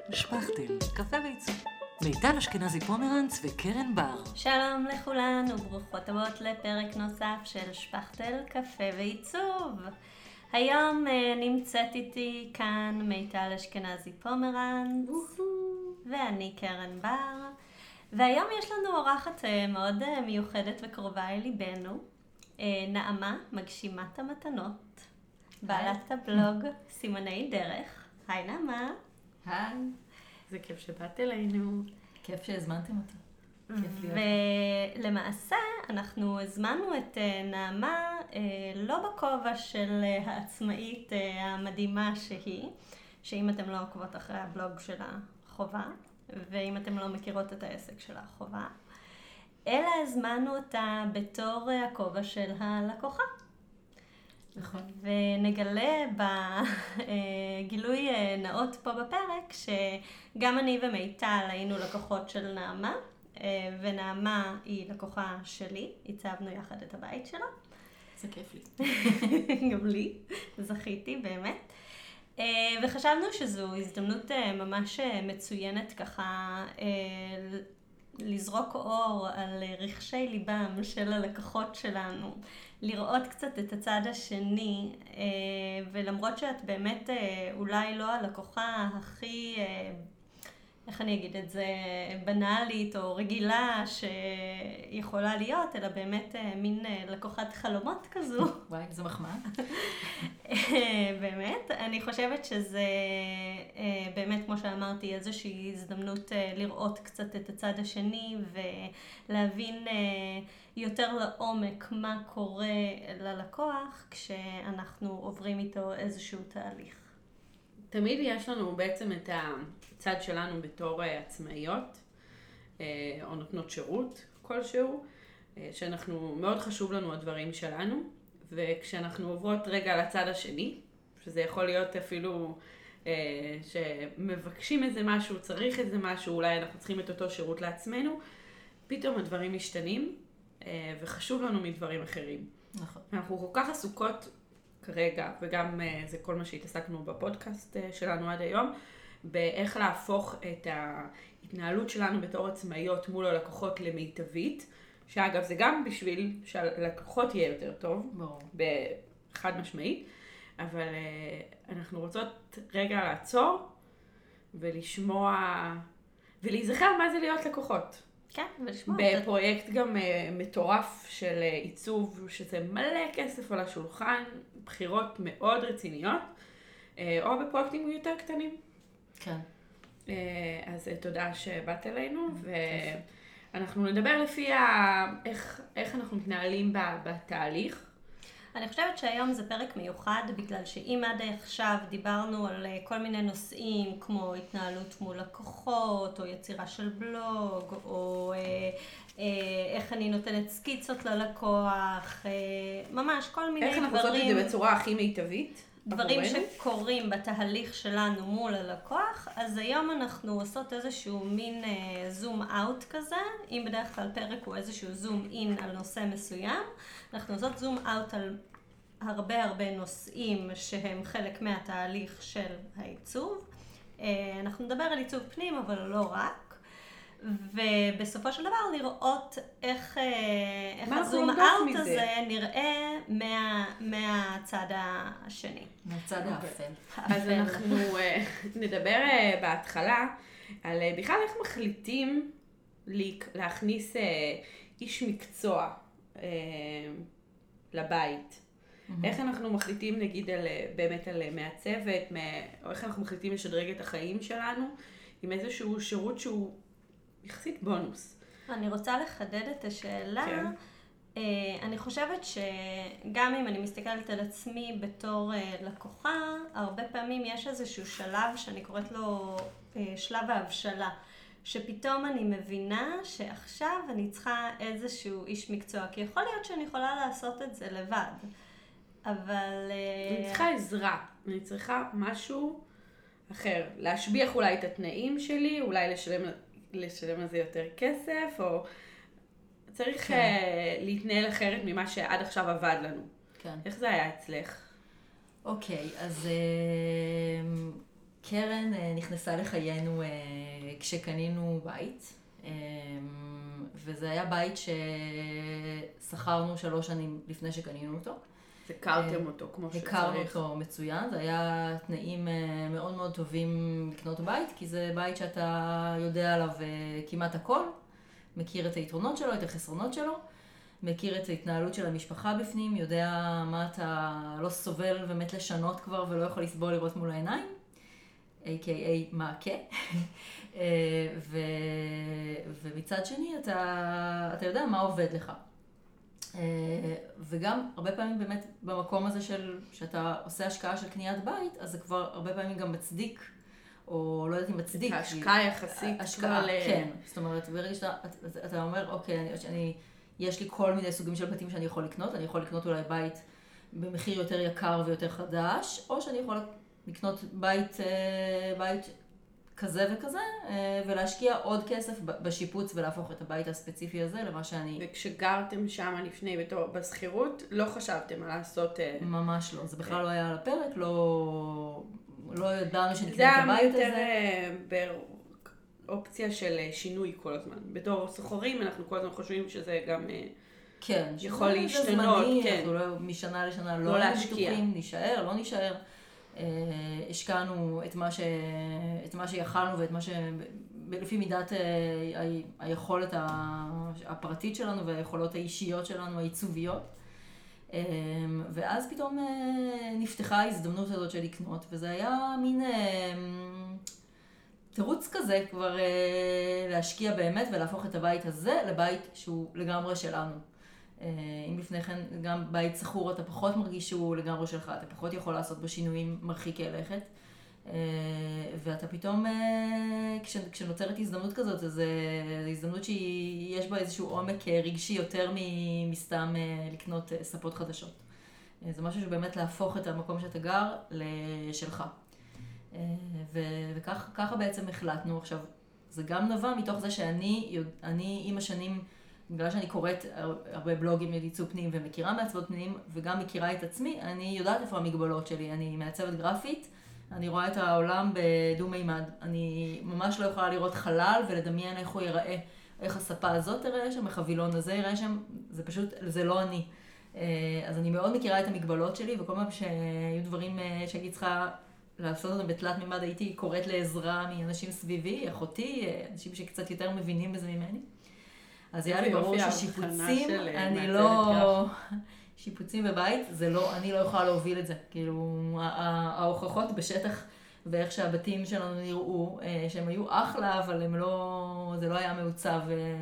שפכטל, קפה ועיצוב. מיטל אשכנזי פומרנץ וקרן בר. שלום לכולן וברוכות הבאות לפרק נוסף של שפכטל, קפה ועיצוב. היום נמצאת איתי כאן מיטל אשכנזי פומרנץ ואני קרן בר. והיום יש לנו אורחת מאוד מיוחדת וקרובה אל ליבנו, נעמה, מגשימת המתנות, בעלת הבלוג סימני דרך. היי נעמה. היי, זה כיף שבאת אלינו. כיף שהזמנתם אותי. ולמעשה אנחנו הזמנו את נעמה לא בכובע של העצמאית המדהימה שהיא, שאם אתם לא עוקבות אחרי הבלוג שלה חובה, ואם אתם לא מכירות את העסק שלה חובה, אלא הזמנו אותה בתור הכובע של הלקוחה. נכון. ונגלה בגילוי נאות פה בפרק שגם אני ומיטל היינו לקוחות של נעמה, ונעמה היא לקוחה שלי, הצבנו יחד את הבית שלה. זה כיף לי. גם לי, זכיתי באמת. וחשבנו שזו הזדמנות ממש מצוינת ככה לזרוק אור על רחשי ליבם של הלקוחות שלנו, לראות קצת את הצד השני, ולמרות שאת באמת אולי לא הלקוחה הכי, איך אני אגיד את זה, בנאלית או רגילה שיכולה להיות, אלא באמת מין לקוחת חלומות כזו. וואי, זו מחמאה. באמת, אני חושבת שזה באמת, כמו שאמרתי, איזושהי הזדמנות לראות קצת את הצד השני ולהבין יותר לעומק מה קורה ללקוח כשאנחנו עוברים איתו איזשהו תהליך. תמיד יש לנו בעצם את הצד שלנו בתור עצמאיות, או נותנות שירות כלשהו, שאנחנו, מאוד חשוב לנו הדברים שלנו, וכשאנחנו עוברות רגע לצד השני, שזה יכול להיות אפילו שמבקשים איזה משהו, צריך איזה משהו, אולי אנחנו צריכים את אותו שירות לעצמנו, פתאום הדברים משתנים, וחשוב לנו מדברים אחרים. נכון. אנחנו כל כך עסוקות כרגע, וגם זה כל מה שהתעסקנו בפודקאסט שלנו עד היום, באיך להפוך את ההתנהלות שלנו בתור עצמאיות מול הלקוחות למיטבית, שאגב זה גם בשביל שהלקוחות יהיה יותר טוב, ברור. בחד משמעית, אבל אנחנו רוצות רגע לעצור ולשמוע ולהיזכר מה זה להיות לקוחות. כן, ולשמוע. בפרויקט גם מטורף של עיצוב, שזה מלא כסף על השולחן, בחירות מאוד רציניות, או בפרויקטים יותר קטנים. כן. אז תודה שבאת אלינו, ואנחנו נדבר לפי איך אנחנו מתנהלים בתהליך. אני חושבת שהיום זה פרק מיוחד, בגלל שאם עד עכשיו דיברנו על כל מיני נושאים, כמו התנהלות מול לקוחות, או יצירה של בלוג, או איך אני נותנת סקיצות ללקוח, ממש כל מיני איך דברים. אנחנו עושות את זה בצורה הכי מיטבית? דברים שקורים בתהליך שלנו מול הלקוח, אז היום אנחנו עושות איזשהו מין זום אאוט כזה, אם בדרך כלל פרק הוא איזשהו זום אין על נושא מסוים, אנחנו עושות זום אאוט על הרבה נושאים שהם חלק מהתהליך של העיצוב. אנחנו נדבר על עיצוב פנים, אבל לא רק. ובסופו של דבר לראות איך הזום אאוט הזה נראה מהצד השני. מהצד האפל. אז אנחנו נדבר בהתחלה על בכלל איך מחליטים להכניס איש מקצוע לבית. איך אנחנו מחליטים נגיד באמת על מעצבת, או איך אנחנו מחליטים לשדרג את החיים שלנו עם איזשהו שירות שהוא יחסית בונוס. אני רוצה לחדד את השאלה. כן. אני חושבת שגם אם אני מסתכלת על עצמי בתור לקוחה, הרבה פעמים יש איזשהו שלב שאני קוראת לו שלב ההבשלה, שפתאום אני מבינה שעכשיו אני צריכה איזשהו איש מקצוע, כי יכול להיות שאני יכולה לעשות את זה לבד, אבל אני צריכה עזרה, אני צריכה משהו אחר, להשביח אולי את התנאים שלי, אולי לשלם על זה יותר כסף, או צריך להתנהל אחרת ממה שעד עכשיו עבד לנו. כן. איך זה היה אצלך? אוקיי, אז קרן נכנסה לחיינו כשקנינו בית, וזה היה בית ששכרנו 3 שנים לפני שקנינו אותו. הכרתם אותו כמו שצריך. הכרנו אותו מצוין, זה היה תנאים מאוד מאוד טובים לקנות בית, כי זה בית שאתה יודע עליו כמעט הכל, מכיר את היתרונות שלו, את החסרונות שלו, מכיר את ההתנהלות של המשפחה בפנים, יודע מה אתה לא סובל ומת לשנות כבר ולא יכול לסבול לראות מול העיניים, a.k.a. מעקה. ומצד שני אתה יודע מה עובד לך. וגם הרבה פעמים באמת במקום הזה שאתה עושה השקעה של קניית בית, אז זה כבר הרבה פעמים גם מצדיק, או לא יודעת אם מצדיק. ההשקעה יחסית. השקעה, כן. זאת אומרת, ברגע שאתה אומר, אוקיי, יש לי כל מיני סוגים של בתים שאני יכול לקנות, אני יכול לקנות אולי בית במחיר יותר יקר ויותר חדש, או שאני יכול לקנות בית כזה וכזה, ולהשקיע עוד כסף בשיפוץ ולהפוך את הבית הספציפי הזה למה שאני... וכשגרתם שם לפני בסחירות, לא חשבתם על לעשות... ממש לא, זה בכלל לא היה על הפרק, לא ידענו שנקנה את הבית הזה. זה היה יותר באופציה של שינוי כל הזמן. בתור סוחרים אנחנו כל הזמן חושבים שזה גם כן, יכול להשתנות. כן. אנחנו לא, משנה לשנה לא להשקיע. נשאר, לא נשאר. השקענו את מה שיכלנו ואת מה לפי מידת היכולת הפרטית שלנו והיכולות האישיות שלנו, העיצוביות. ואז פתאום נפתחה ההזדמנות הזאת של לקנות, וזה היה מין תירוץ כזה כבר להשקיע באמת ולהפוך את הבית הזה לבית שהוא לגמרי שלנו. אם לפני כן גם בית סחור אתה פחות מרגיש שהוא לגמרי שלך, אתה פחות יכול לעשות בו שינויים מרחיקי לכת. ואתה פתאום, כשנוצרת הזדמנות כזאת, אז זו הזדמנות שיש בה איזשהו עומק רגשי יותר מסתם לקנות ספות חדשות. זה משהו שבאמת להפוך את המקום שאתה גר לשלך. וככה בעצם החלטנו. עכשיו, זה גם נבע מתוך זה שאני עם השנים, בגלל שאני קוראת הרבה בלוגים על עיצוב פנים ומכירה מעצבות פנים, וגם מכירה את עצמי, אני יודעת איפה המגבלות שלי. אני מעצבת גרפית, אני רואה את העולם בדו-מימד. אני ממש לא יכולה לראות חלל ולדמיין איך הוא ייראה, איך הספה הזאת תראה שם, איך החבילון הזה ייראה שם, זה פשוט, זה לא אני. אז אני מאוד מכירה את המגבלות שלי, וכל פעם שהיו דברים שהייתי צריכה לעשות אותם בתלת מימד, הייתי קוראת לעזרה מאנשים סביבי, אחותי, אנשים שקצת יותר מבינים בזה ממני. אז היה לי ברור ששיפוצים, אני לא... שיפוצים בבית, זה לא, אני לא יכולה להוביל את זה. כאילו, ההוכחות בשטח ואיך שהבתים שלנו נראו, שהם היו אחלה, אבל הם לא, זה לא היה מעוצב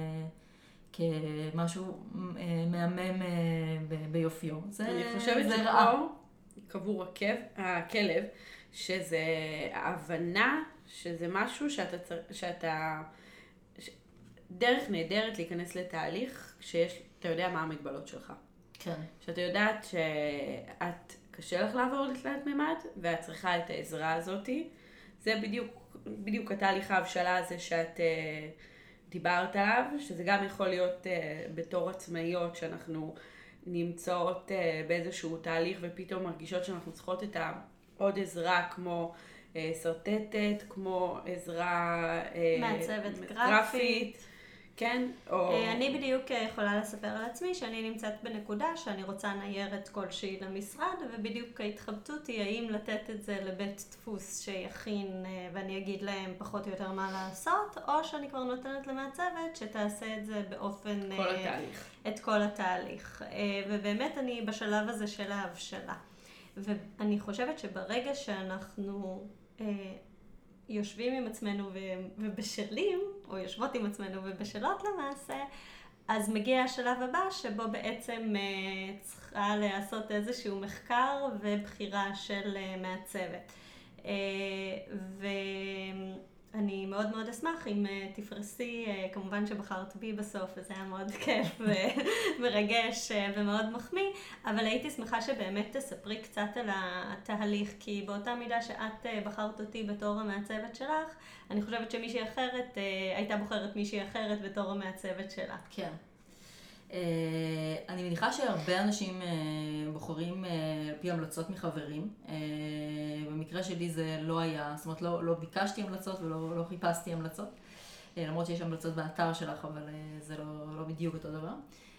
כמשהו מהמם ביופיו. אני חושבת שפה קבור הכלב, שזה ההבנה שזה משהו שאתה דרך נהדרת להיכנס לתהליך שאתה יודע מה המגבלות שלך. כן. שאתה יודעת שאת קשה לך לעבור לתלת מימד, ואת צריכה את העזרה הזאת. זה בדיוק התהליך ההבשלה הזה שאת דיברת עליו, שזה גם יכול להיות בתור עצמאיות שאנחנו נמצאות באיזשהו תהליך ופתאום מרגישות שאנחנו צריכות את עוד עזרה כמו סרטטת, כמו עזרה מעצבת גרפית. כן, או... אני בדיוק יכולה לספר על עצמי שאני נמצאת בנקודה שאני רוצה ניירת כלשהי למשרד, ובדיוק ההתחבטות היא האם לתת את זה לבית דפוס שיכין ואני אגיד להם פחות או יותר מה לעשות, או שאני כבר נותנת למעצבת שתעשה את זה באופן... כל התהליך. את כל התהליך. ובאמת אני בשלב הזה של ההבשלה. ואני חושבת שברגע שאנחנו... יושבים עם עצמנו ובשלים, או יושבות עם עצמנו ובשלות למעשה, אז מגיע השלב הבא שבו בעצם צריכה לעשות איזשהו מחקר ובחירה של מעצבת. ואני מאוד מאוד אשמח אם תפרסי, כמובן שבחרת בי בסוף, וזה היה מאוד כיף ומרגש ומאוד מחמיא, אבל הייתי שמחה שבאמת תספרי קצת על התהליך, כי באותה מידה שאת בחרת אותי בתור המעצבת שלך, אני חושבת שמישהי אחרת הייתה בוחרת מישהי אחרת בתור המעצבת שלה. כן. אני מניחה שהרבה אנשים בוחרים על פי המלצות מחברים, במקרה שלי זה לא היה, זאת אומרת לא ביקשתי המלצות ולא חיפשתי המלצות, למרות שיש המלצות באתר שלך, אבל זה לא בדיוק אותו דבר.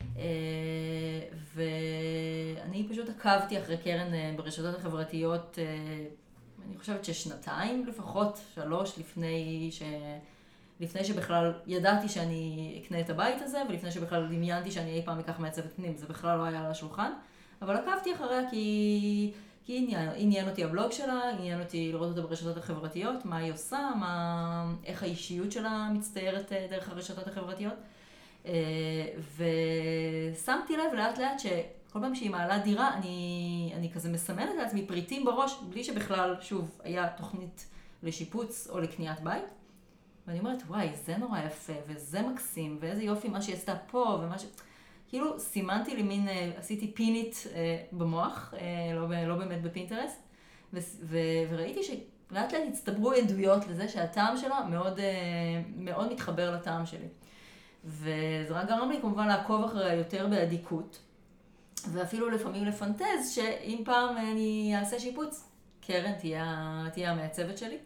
ואני פשוט עקבתי אחרי קרן ברשתות החברתיות, אני חושבת ששנתיים לפחות, 3 לפני שבכלל ידעתי שאני אקנה את הבית הזה, ולפני שבכלל דמיינתי שאני אי פעם אקח מעצבת פנים, זה בכלל לא היה על השולחן. אבל עקבתי אחריה כי עניין אותי הבלוג שלה, עניין אותי לראות אותה ברשתות החברתיות, מה היא עושה, איך האישיות שלה מצטיירת דרך הרשתות החברתיות. ושמתי לב לאט לאט שכל פעם שהיא מעלה דירה, אני כזה מסמנת לעצמי פריטים בראש, בלי שבכלל, שוב, היה תוכנית לשיפוץ או לקניית בית. ואני אומרת, וואי, זה נורא יפה, וזה מקסים, ואיזה יופי מה שהיא עשתה פה, ומה ש... כאילו, סימנתי לי מין, עשיתי פינית במוח, לא באמת בפינטרסט, וראיתי שלאט לאט הצטברו עדויות לזה שהטעם שלה מאוד מתחבר לטעם שלי. וזה רק גרם לי כמובן לעקוב אחריה יותר באדיקות, ואפילו לפעמים לפנטז שאם פעם אני אעשה שיפוץ, קרן תהיה המעצבת שלי.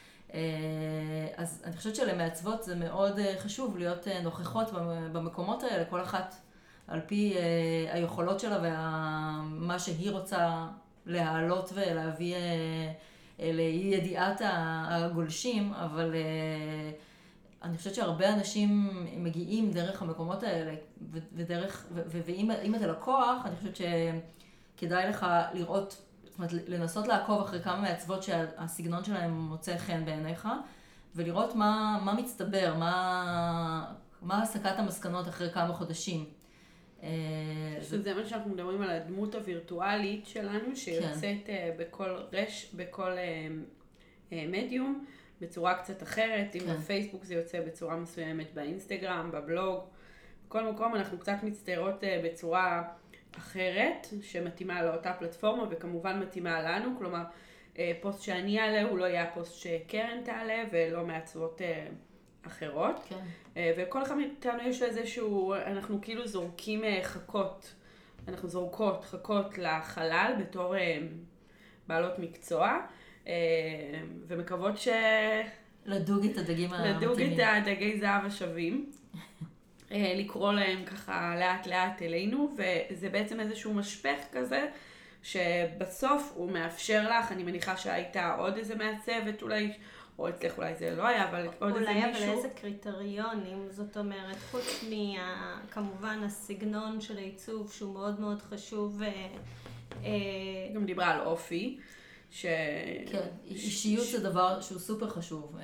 אז אני חושבת שלמעצבות זה מאוד חשוב להיות נוכחות במקומות האלה, כל אחת על פי היכולות שלה ומה שהיא רוצה להעלות ולהביא לידיעת הגולשים, אבל אני חושבת שהרבה אנשים מגיעים דרך המקומות האלה, ואם אתה לקוח, אני חושבת שכדאי לך לראות, זאת אומרת, לנסות לעקוב אחרי כמה מעצבות שהסגנון שלהם מוצא חן בעיניך, ולראות מה מצטבר, מה הסקת המסקנות אחרי כמה חודשים. שזה מה שאנחנו מדברים על הדמות הווירטואלית שלנו, שיוצאת בכל מדיום, בצורה קצת אחרת. אם בפייסבוק זה יוצא בצורה מסוימת, באינסטגרם, בבלוג, בכל מקום אנחנו קצת מצטיירות בצורה אחרת, שמתאימה לאותה פלטפורמה, וכמובן מתאימה לנו. כלומר, פוסט שאני אעלה הוא לא יהיה פוסט שקרן תעלה, ולא מעצבות אחרות. כן. וכל אחד מאיתנו יש איזשהו, אנחנו כאילו זורקים חכות, אנחנו זורקות חכות לחלל בתור בעלות מקצוע, ומקוות לדוג את הדגים המתאימים. לדוג את הדגי זהב השווים. לקרוא להם ככה לאט לאט אלינו, וזה בעצם איזשהו משפך כזה, שבסוף הוא מאפשר לך, אני מניחה שהייתה עוד איזה מעצבת אולי, או אצלך אולי זה לא היה, אבל עוד איזה מישהו. אולי אבל איזה קריטריונים, זאת אומרת, חוץ כמובן הסגנון של העיצוב, שהוא מאוד מאוד חשוב. גם דיברה על אופי. כן, אישיות זה דבר שהוא סופר חשוב.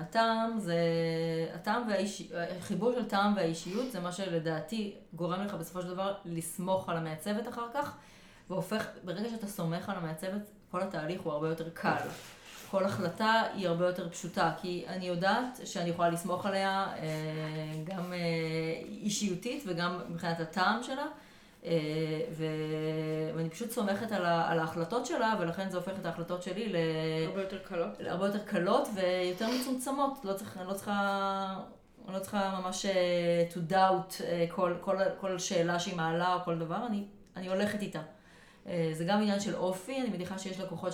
החיבור של טעם והאישיות זה מה שלדעתי גורם לך בסופו של דבר לסמוך על המעצבת אחר כך, ברגע שאתה סומך על המעצבת, כל התהליך הוא הרבה יותר קל. כל החלטה היא הרבה יותר פשוטה, כי אני יודעת שאני יכולה לסמוך עליה גם אישיותית וגם מבחינת הטעם שלה, ואני פשוט סומכת על ההחלטות שלה, ולכן זה הופך את ההחלטות שלי הרבה יותר קלות ויותר מצומצמות. אני לא צריכה ממש to doubt כל שאלה שהיא מעלה או כל דבר, אני הולכת איתה. זה גם עניין של אופי, אני מניחה שיש לקוחות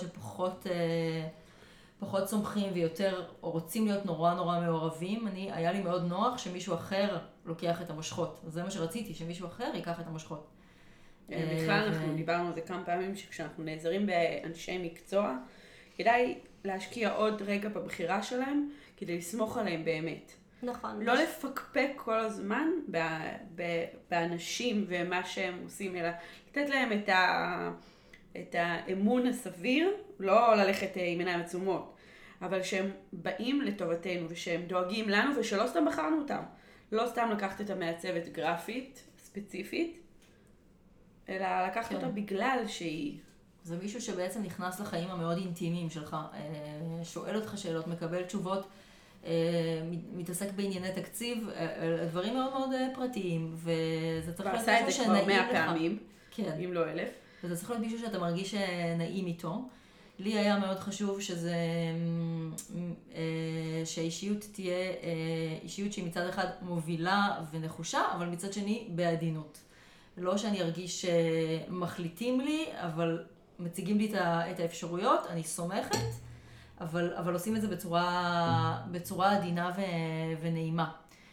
פחות צומחים ויותר, או רוצים להיות נורא נורא מעורבים. היה לי מאוד נוח שמישהו אחר לוקח את המושכות. זה מה שרציתי, שמישהו אחר ייקח את המושכות. בכלל אנחנו דיברנו על זה כמה פעמים, שכשאנחנו נעזרים באנשי מקצוע, כדאי להשקיע עוד רגע בבחירה שלהם, כדי לסמוך עליהם באמת. נכון. לא לפקפק כל הזמן באנשים ומה שהם עושים, אלא לתת להם את האמון הסביר, לא ללכת עם עיניים עצומות, אבל שהם באים לטובתנו ושהם דואגים לנו ושלא סתם בחרנו אותם. לא סתם לקחת את המעצבת גרפית ספציפית, אלא לקחת אותה בגלל שהיא... זה מישהו שבעצם נכנס לחיים המאוד אינטימיים שלך, שואל אותך שאלות, מקבל תשובות, מתעסק בענייני תקציב, דברים מאוד מאוד פרטיים, וזה צריך להיות מישהו שנעים לך. ועשה את זה כבר 100 פעמים, כן. אם לא 1000. וזה צריך להיות מישהו שאתה מרגיש נעים איתו. לי היה מאוד חשוב שהאישיות תהיה אישיות שהיא מצד אחד מובילה ונחושה, אבל מצד שני בעדינות. לא שאני ארגיש שמחליטים לי, אבל מציגים לי את האפשרויות, אני סומכת, אבל עושים את זה בצורה עדינה ונעימה.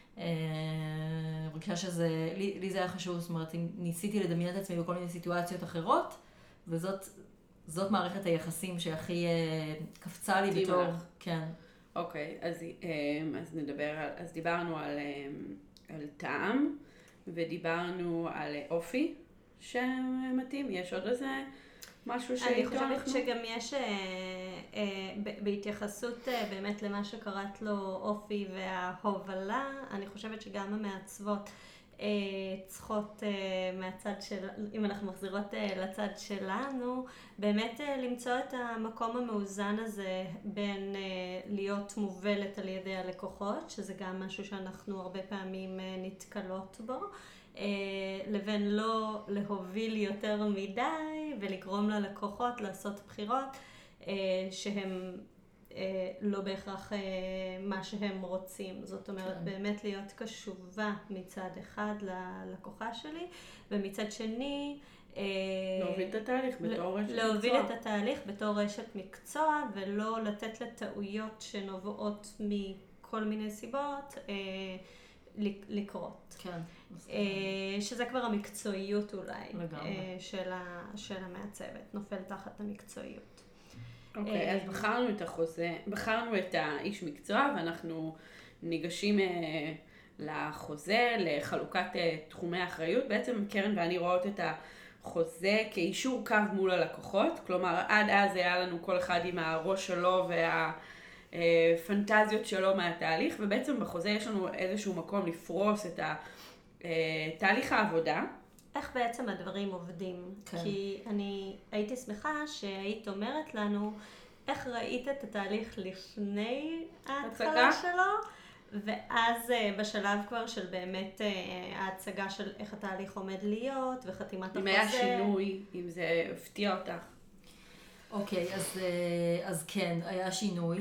בגלל שזה, לי זה היה חשוב, זאת אומרת, ניסיתי לדמיין את עצמי בכל מיני סיטואציות אחרות, וזאת מערכת היחסים שהכי קפצה לי בתור, כן. אוקיי, אז דיברנו על טעם, ודיברנו על אופי שמתאים. יש עוד איזה משהו שאיתו אנחנו? אני חושבת שגם יש, בהתייחסות באמת למה שקראת לו אופי וההובלה, אני חושבת שגם המעצבות צריכות מהצד של, אם אנחנו מחזירות לצד שלנו, באמת למצוא את המקום המאוזן הזה בין להיות מובלת על ידי הלקוחות, שזה גם משהו שאנחנו הרבה פעמים נתקלות בו, לבין לא להוביל יותר מדי ולגרום ללקוחות לעשות בחירות שהם לא בהכרח מה שהם רוצים. זאת אומרת, באמת להיות קשובה מצד אחד ללקוחה שלי, ומצד שני להוביל את התהליך בתור רשת מקצוע. להוביל את התהליך בתור רשת מקצוע, ולא לתת לטעויות שנובעות מכל מיני סיבות לקרות. כן. שזה כבר המקצועיות אולי של המעצבת, נופל תחת המקצועיות. אוקיי, אז בחרנו את האיש מקצוע, ואנחנו ניגשים לחוזה, לחלוקת תחומי האחריות. בעצם קרן ואני רואות את החוזה כאישור קו מול הלקוחות, כלומר עד אז היה לנו כל אחד עם הראש שלו והפנטזיות שלו מהתהליך, ובעצם בחוזה יש לנו איזשהו מקום לפרוס את תהליך העבודה. איך בעצם הדברים עובדים? כן. כי אני הייתי שמחה שהיית אומרת לנו איך ראית את התהליך לפני ההתחלה שלו, ואז בשלב כבר של באמת ההצגה של איך התהליך עומד להיות וחתימת החוזה. אם היה שינוי, אם זה הפתיע אותך. אוקיי, אז כן, היה שינוי.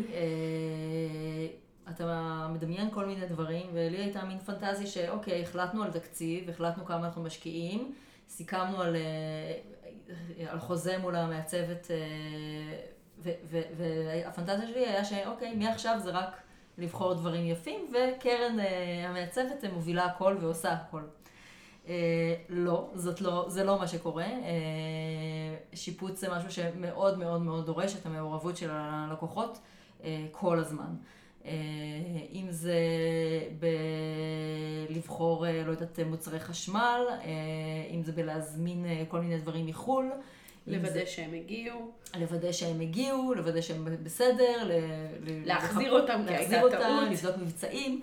אתה מדמיין כל מיני דברים, ולי הייתה מין פנטזיה שאוקיי, החלטנו על תקציב, החלטנו כמה אנחנו משקיעים, סיכמנו על חוזה מול המעצבת, והפנטזיה שלי היה שאוקיי, מעכשיו זה רק לבחור דברים יפים, וקרן המעצבת מובילה הכל ועושה הכל. לא, זה לא מה שקורה. שיפוץ זה משהו שמאוד מאוד מאוד דורש את המעורבות של הלקוחות כל הזמן. אם זה לבחור, לא יודעת, מוצרי חשמל, אם זה בלהזמין כל מיני דברים מחול. לוודא שהם הגיעו. לוודא שהם בסדר. להחזיר אותם כי הייתה טעות. לבדוק מבצעים.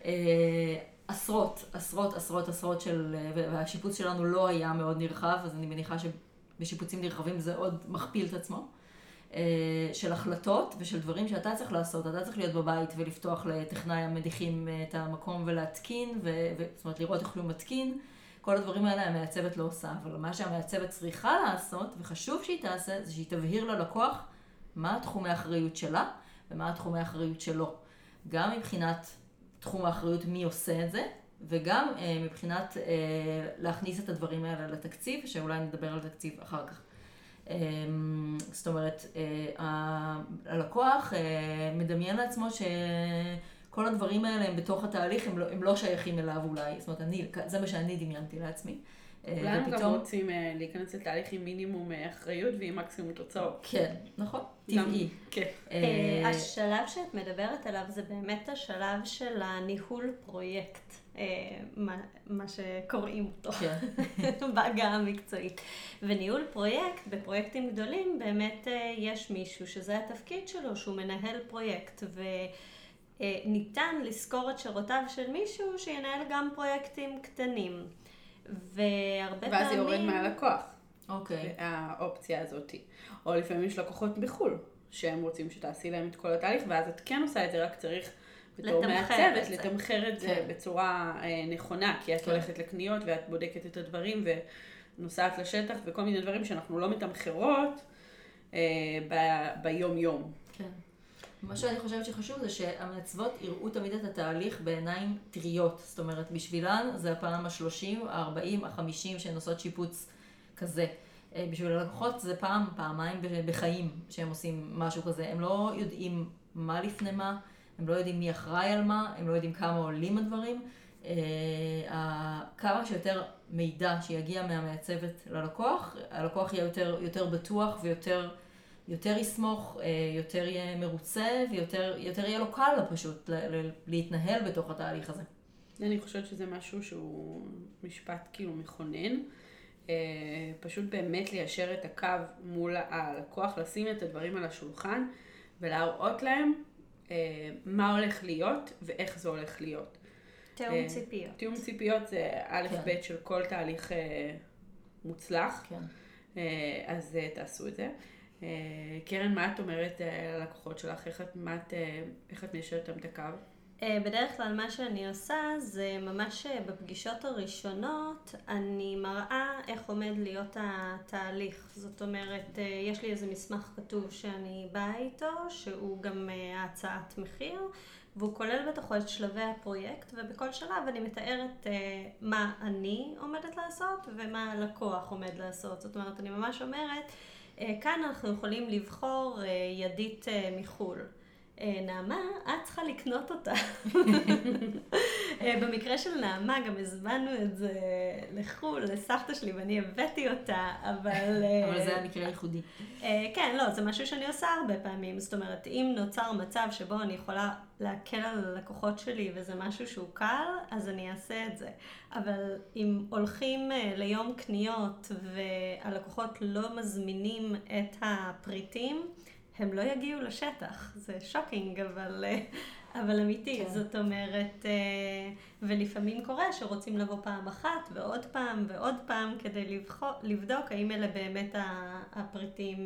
עשרות של, והשיפוץ שלנו לא היה מאוד נרחב, אז אני מניחה שבשיפוצים נרחבים זה עוד מכפיל את עצמו. של החלטות ושל דברים שאתה צריך לעשות. אתה צריך להיות בבית ולפתוח לטכנאי המדיחים את המקום ולהתקין, זאת אומרת לראות איך הוא מתקין. כל הדברים האלה המעצבת לא עושה, אבל מה שהמעצבת צריכה לעשות, וחשוב שהיא תעשה, זה שהיא תבהיר ללקוח מה תחומי האחריות שלה ומה תחומי האחריות שלו. גם מבחינת תחום האחריות מי עושה את זה, וגם מבחינת להכניס את הדברים האלה לתקציב, שאולי נדבר על תקציב אחר כך. זאת אומרת, הלקוח מדמיין לעצמו שכל הדברים האלה הם בתוך התהליך, הם לא שייכים אליו אולי, זאת אומרת, זה מה שאני דמיינתי לעצמי. כולנו גם רוצים להיכנס לתהליך עם מינימום אחריות ועם מקסימום תוצאות. כן, נכון, טבעי. השלב שאת מדברת עליו זה באמת השלב של הניהול פרויקט. מה שקוראים אותו בעגה המקצועית. וניהול פרויקט, בפרויקטים גדולים באמת יש מישהו שזה התפקיד שלו, שהוא מנהל פרויקט, וניתן לזכור את שרותיו של מישהו שינהל גם פרויקטים קטנים. והרבה פעמים... ואז זה יורד מהלקוח. אוקיי. האופציה הזאת. או לפעמים יש לקוחות בחול, שהם רוצים שתעשי להם את כל התהליך, ואז את כן עושה את זה, רק צריך בתור מעצבת, לתמחר את זה בצורה נכונה, כי את הולכת לקניות ואת בודקת את הדברים ונוסעת לשטח וכל מיני דברים שאנחנו לא מתמחרות ביום יום. כן. מה שאני חושבת שחשוב זה שהמעצבות יראו תמיד את התהליך בעיניים טריות. זאת אומרת, בשבילן זה הפעם ה-30, ה-40, ה-50 שהן עושות שיפוץ כזה. בשביל הלקוחות זה פעם, פעמיים בחיים שהם עושים משהו כזה. הם לא יודעים מה לפני מה, הם לא יודעים מי אחראי על מה, הם לא יודעים כמה עולים הדברים. כמה שיותר מידע שיגיע מהמעצבת ללקוח, הלקוח יהיה יותר בטוח ויותר יסמוך, יותר יהיה מרוצה ויותר יהיה לו קל פשוט להתנהל בתוך התהליך הזה. אני חושבת שזה משהו שהוא משפט כאילו מכונן. פשוט באמת ליישר את הקו מול הלקוח, לשים את הדברים על השולחן ולהראות להם מה הולך להיות ואיך זה הולך להיות. תיאום ציפיות. תיאום ציפיות זה א' ב' של כל תהליך מוצלח, אז תעשו את זה. קרן, מה את אומרת ללקוחות שלך? איך את מיישרת אותם את הקו? בדרך כלל מה שאני עושה זה ממש בפגישות הראשונות אני מראה איך עומד להיות התהליך. זאת אומרת, יש לי איזה מסמך כתוב שאני באה איתו, שהוא גם הצעת מחיר, והוא כולל בתוכו את שלבי הפרויקט, ובכל שלב אני מתארת מה אני עומדת לעשות ומה הלקוח עומד לעשות. זאת אומרת, אני ממש אומרת, כאן אנחנו יכולים לבחור ידית מחול. נעמה, את צריכה לקנות אותה. במקרה של נעמה גם הזמנו את זה לחול, לסבתא שלי, ואני הבאתי אותה, אבל... אבל זה המקרה הייחודי. כן, לא, זה משהו שאני עושה הרבה פעמים. זאת אומרת, אם נוצר מצב שבו אני יכולה להקל על הלקוחות שלי, וזה משהו שהוא קל, אז אני אעשה את זה. אבל אם הולכים ליום קניות, והלקוחות לא מזמינים את הפריטים, הם לא יגיעו לשטח, זה שוקינג, אבל אמיתי. כן. זאת אומרת, ולפעמים קורה שרוצים לבוא פעם אחת ועוד פעם ועוד פעם כדי לבדוק האם אלה באמת הפריטים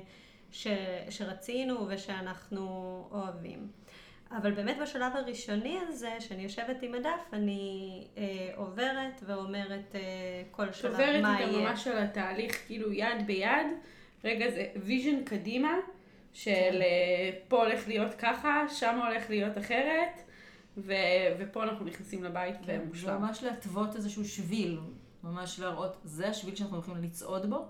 שרצינו ושאנחנו אוהבים. אבל באמת בשלב הראשוני הזה, שאני יושבת עם הדף, אני עוברת ואומרת כל שלב מה יהיה. עוברת איתה ממש על התהליך, כאילו יד ביד, רגע זה ויז'ן קדימה, של פה הולך להיות ככה, שם הולך להיות אחרת, ופה אנחנו נכנסים לבית ומושלם. ממש להתוות איזשהו שביל, ממש להראות, זה השביל שאנחנו הולכים לצעוד בו.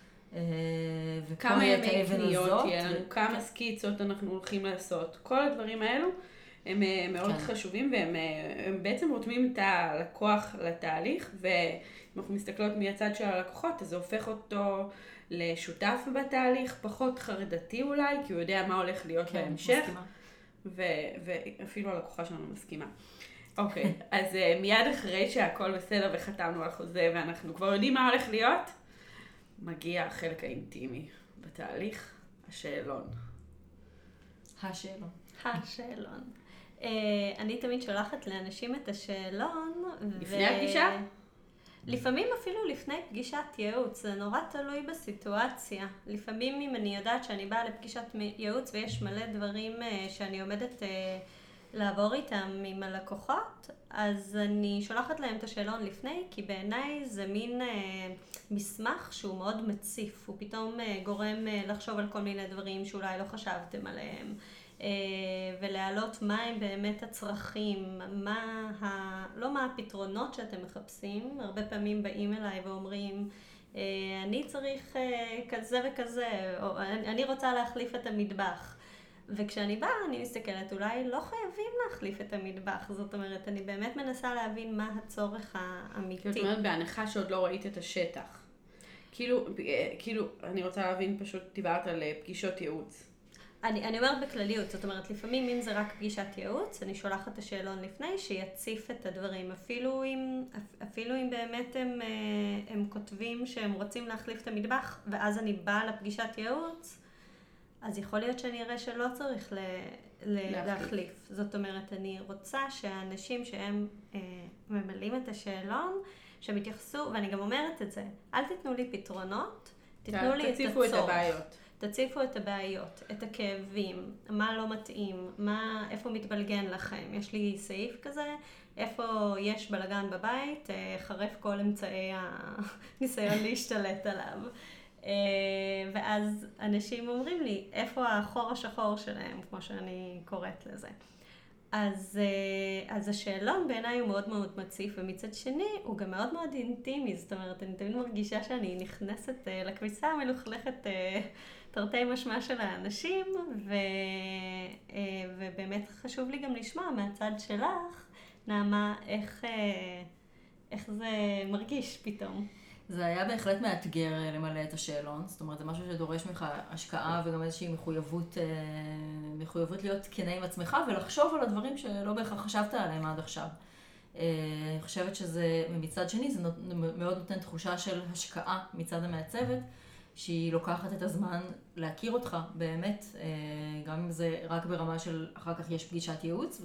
כמה ימי קניות יהיה לנו, כמה סקיצות אנחנו הולכים לעשות. כל הדברים האלו הם מאוד חשובים, והם בעצם רותמים את הלקוח לתהליך, ואם אנחנו מסתכלות מהצד של הלקוחות, אז זה הופך אותו לשותף בתהליך, פחות חרדתי אולי, כי הוא יודע מה הולך להיות בהמשך. ואפילו הלקוחה שלנו מסכימה. אוקיי, אז מיד אחרי שהכל בסדר וחתמנו על חוזה, ואנחנו כבר יודעים מה הולך להיות, מגיע החלק האינטימי בתהליך, השאלון. השאלון. אני תמיד שולחת לאנשים את השאלון. לפני הפגישה? לפעמים אפילו לפני פגישת ייעוץ, זה נורא תלוי בסיטואציה. לפעמים אם אני יודעת שאני באה לפגישת ייעוץ ויש מלא דברים שאני עומדת לעבור איתם עם הלקוחות, אז אני שולחת להם את השאלון לפני, כי בעיניי זה מין מסמך שהוא מאוד מציף, הוא פתאום גורם לחשוב על כל מיני דברים שאולי לא חשבתם עליהם. ולהעלות מה הם באמת הצרכים, לא מה הפתרונות שאתם מחפשים. הרבה פעמים באים אליי ואומרים, אני צריך כזה וכזה, או אני רוצה להחליף את המטבח. וכשאני באה, אני מסתכלת, אולי לא חייבים להחליף את המטבח. זאת אומרת, אני באמת מנסה להבין מה הצורך האמיתי. זאת אומרת, בהנחה שעוד לא ראית את השטח. כאילו, אני רוצה להבין, פשוט דיברת על פגישות ייעוץ. אני אומרת בכלליות, זאת אומרת, לפעמים אם זה רק פגישת ייעוץ, אני שולחת את השאלון לפני שיציף את הדברים. אפילו אם באמת הם כותבים שהם רוצים להחליף את המטבח, ואז אני באה לפגישת ייעוץ, אז יכול להיות שאני אראה שלא צריך להחליף. זאת אומרת, אני רוצה שהאנשים שהם ממלאים את השאלון, שהם יתייחסו, ואני גם אומרת את זה, אל תיתנו לי פתרונות, תיתנו לי את הצורך. תציפו את הבעיות. תציפו את הבעיות, את הכאבים, מה לא מתאים, איפה מתבלגן לכם. יש לי סעיף כזה, איפה יש בלגן בבית, חרף כל אמצעי הניסיון להשתלט עליו. ואז אנשים אומרים לי, איפה החור השחור שלהם, כמו שאני קוראת לזה. אז השאלון בעיניי הוא מאוד מאוד מציף, ומצד שני הוא גם מאוד מאוד אינטימי, זאת אומרת, אני תמיד מרגישה שאני נכנסת לכביסה המלוכלכת תרתי משמע של האנשים, ובאמת חשוב לי גם לשמוע מהצד שלך, נעמה, איך זה מרגיש פתאום. זה היה בהחלט מאתגר למלא את השאלון, זאת אומרת, זה משהו שדורש ממך השקעה וגם איזושהי מחויבות להיות כנה עם עצמך ולחשוב על הדברים שלא בהכרח חשבת עליהם עד עכשיו. אני חושבת שזה, מצד שני, זה מאוד נותן תחושה של השקעה מצד המעצבת, שהיא לוקחת את הזמן להכיר אותך באמת, גם אם זה רק ברמה של אחר כך יש פגישת ייעוץ,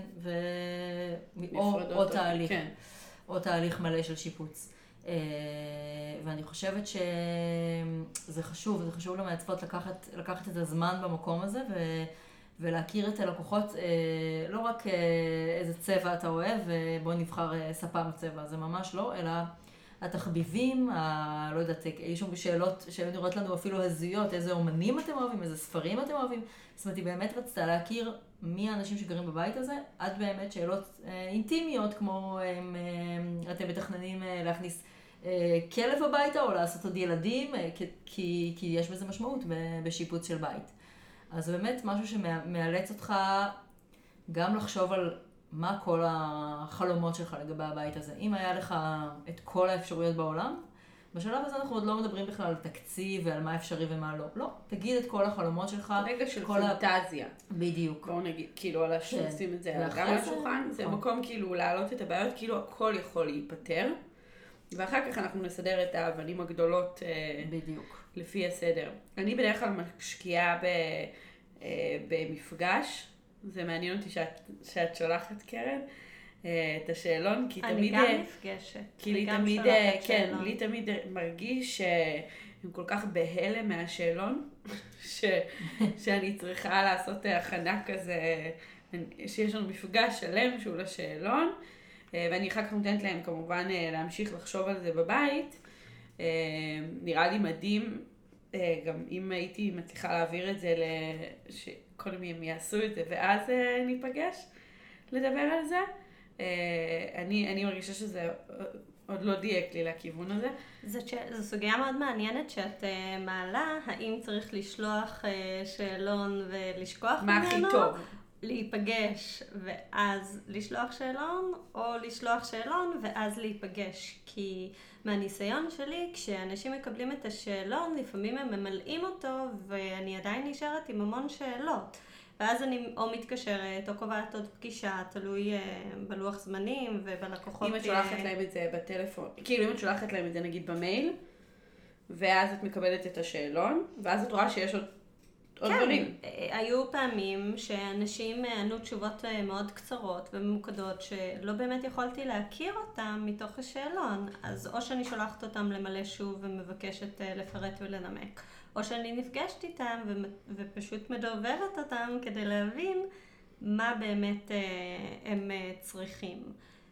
או תהליך, או תהליך מלא של שיפוץ. ואני חושבת שזה חשוב, זה חשוב למעצבות לקחת את הזמן במקום הזה ולהכיר את הלקוחות, לא רק איזה צבע אתה אוהב ובוא נבחר ספם צבע, זה ממש לא, אלא התחביבים, לא יודעת, יש שם שאלות שהן נראות לנו אפילו הזויות, איזה אומנים אתם אוהבים, איזה ספרים אתם אוהבים, זאת אומרת, היא באמת רצתה להכיר מי האנשים שגרים בבית הזה, עד באמת שאלות אינטימיות, כמו אתם מתכננים להכניס כלב הביתה או לעשות עוד ילדים, כי יש בזה משמעות בשיפוץ של בית. אז זה באמת משהו שמאלץ אותך גם לחשוב על מה כל החלומות שלך לגבי הבית הזה. אם היה לך את כל האפשרויות בעולם, בשלב הזה אנחנו עוד לא מדברים בכלל על תקציב ועל מה אפשרי ומה לא. לא, תגיד את כל החלומות שלך. רגע של פנטזיה. בדיוק. בואו נגיד, כאילו על השולסים את זה, גם על השולחן, זה מקום כאילו להעלות את הבעיות, כאילו הכל יכול להיפטר. ואחר כך אנחנו נסדר את האבנים הגדולות בדיוק. לפי הסדר. אני בדרך כלל משקיעה במפגש, זה מעניין אותי שאת שולחת קרן, את השאלון, כי תמיד... אני גם נפגשת. כי לי תמיד, כן, לי תמיד מרגיש שהם כל כך בהלם מהשאלון, שאני צריכה לעשות הכנה כזה, שיש לנו מפגש שלם שהוא לשאלון, ואני אחר כך נותנת להם כמובן להמשיך לחשוב על זה בבית. נראה לי מדהים, גם אם הייתי מצליחה להעביר את זה, שקודם הם יעשו את זה ואז ניפגש לדבר על זה. אני מרגישה שזה עוד לא דייק לי לכיוון הזה. זו סוגיה מאוד מעניינת שאת מעלה, האם צריך לשלוח שאלון ולשכוח ממנו? מה הכי טוב? להיפגש ואז לשלוח שאלון, או לשלוח שאלון ואז להיפגש. כי מהניסיון שלי, כשאנשים מקבלים את השאלון, לפעמים הם ממלאים אותו, ואני עדיין נשארת עם המון שאלות. ואז אני או מתקשרת, או קובעת עוד פגישה, תלוי בלוח זמנים ובלקוחות. אם את שולחת להם את זה בטלפון, כאילו אם את שולחת להם את זה נגיד במייל, ואז את מקבלת את השאלון, ואז את רואה שיש עוד דברים. היו פעמים שאנשים ענו תשובות מאוד קצרות וממוקדות שלא באמת יכולתי להכיר אותם מתוך השאלון. אז או שאני שולחת אותם למלא שוב ומבקשת לפרט ולנמק, או שאני נפגשת איתם ופשוט מדובבת אותם כדי להבין מה באמת הם צריכים.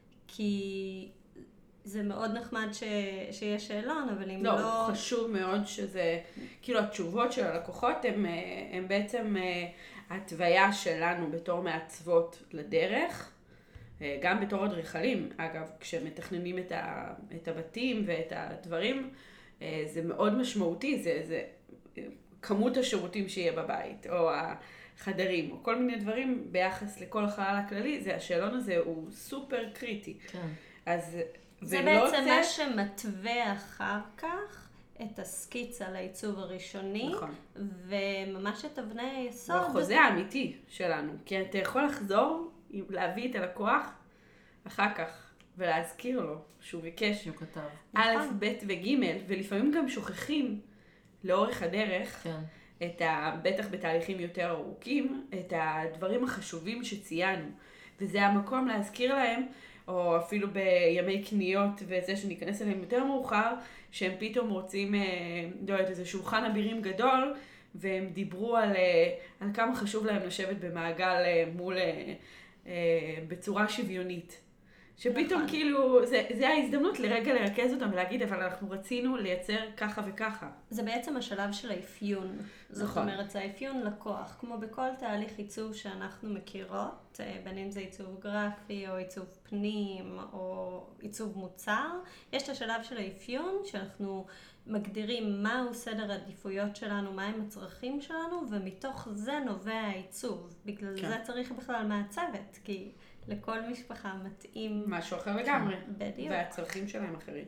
כי זה מאוד נחמד שיש שאלון, אבל אם לא... לא, חשוב מאוד שזה, כאילו התשובות של הלקוחות הם בעצם התוויה שלנו בתור מעצבות לדרך, גם בתור אדריכלים. אגב, כשמתכננים את הבתים ואת הדברים, זה מאוד משמעותי, זה כמות השירותים שיהיה בבית, או החדרים, או כל מיני דברים ביחס לכל החלל הכללי, השאלון הזה הוא סופר קריטי. כן. אז... זה בעצם מה שמתווה אחר כך את הסקיצה לעיצוב הראשוני, נכון. וממש את אבני היסוד. החוזה האמיתי שלנו, כי אתה יכול לחזור, להביא את הלקוח אחר כך, ולהזכיר לו שהוא ביקש. שהוא כתב. א', ב' וג', ולפעמים גם שוכחים לאורך הדרך, כן. בטח בתהליכים יותר ארוכים, את הדברים החשובים שציינו. וזה המקום להזכיר להם, או אפילו בימי קניות וזה שניכנס אליהם יותר מאוחר, שהם פתאום רוצים, לא יודעת, איזה שולחן אבירים גדול, והם דיברו על כמה חשוב להם לשבת במעגל מול, בצורה שוויונית. שפתאום נכון. כאילו, זה ההזדמנות לרגע לרכז אותם ולהגיד, אבל אנחנו רצינו לייצר ככה וככה. זה בעצם השלב של האפיון. זאת נכון. אומרת, זה האפיון לקוח. כמו בכל תהליך עיצוב שאנחנו מכירות, בין אם זה עיצוב גרפי או עיצוב פנים או עיצוב מוצר, יש את השלב של האפיון שאנחנו מגדירים מהו סדר העדיפויות שלנו, מהם הצרכים שלנו, ומתוך זה נובע העיצוב. בגלל כן. זה צריך בכלל מעצבת, כי לכל משפחה מתאים. משהו אחר לגמרי. בדיוק. והצרכים שלהם אחרים.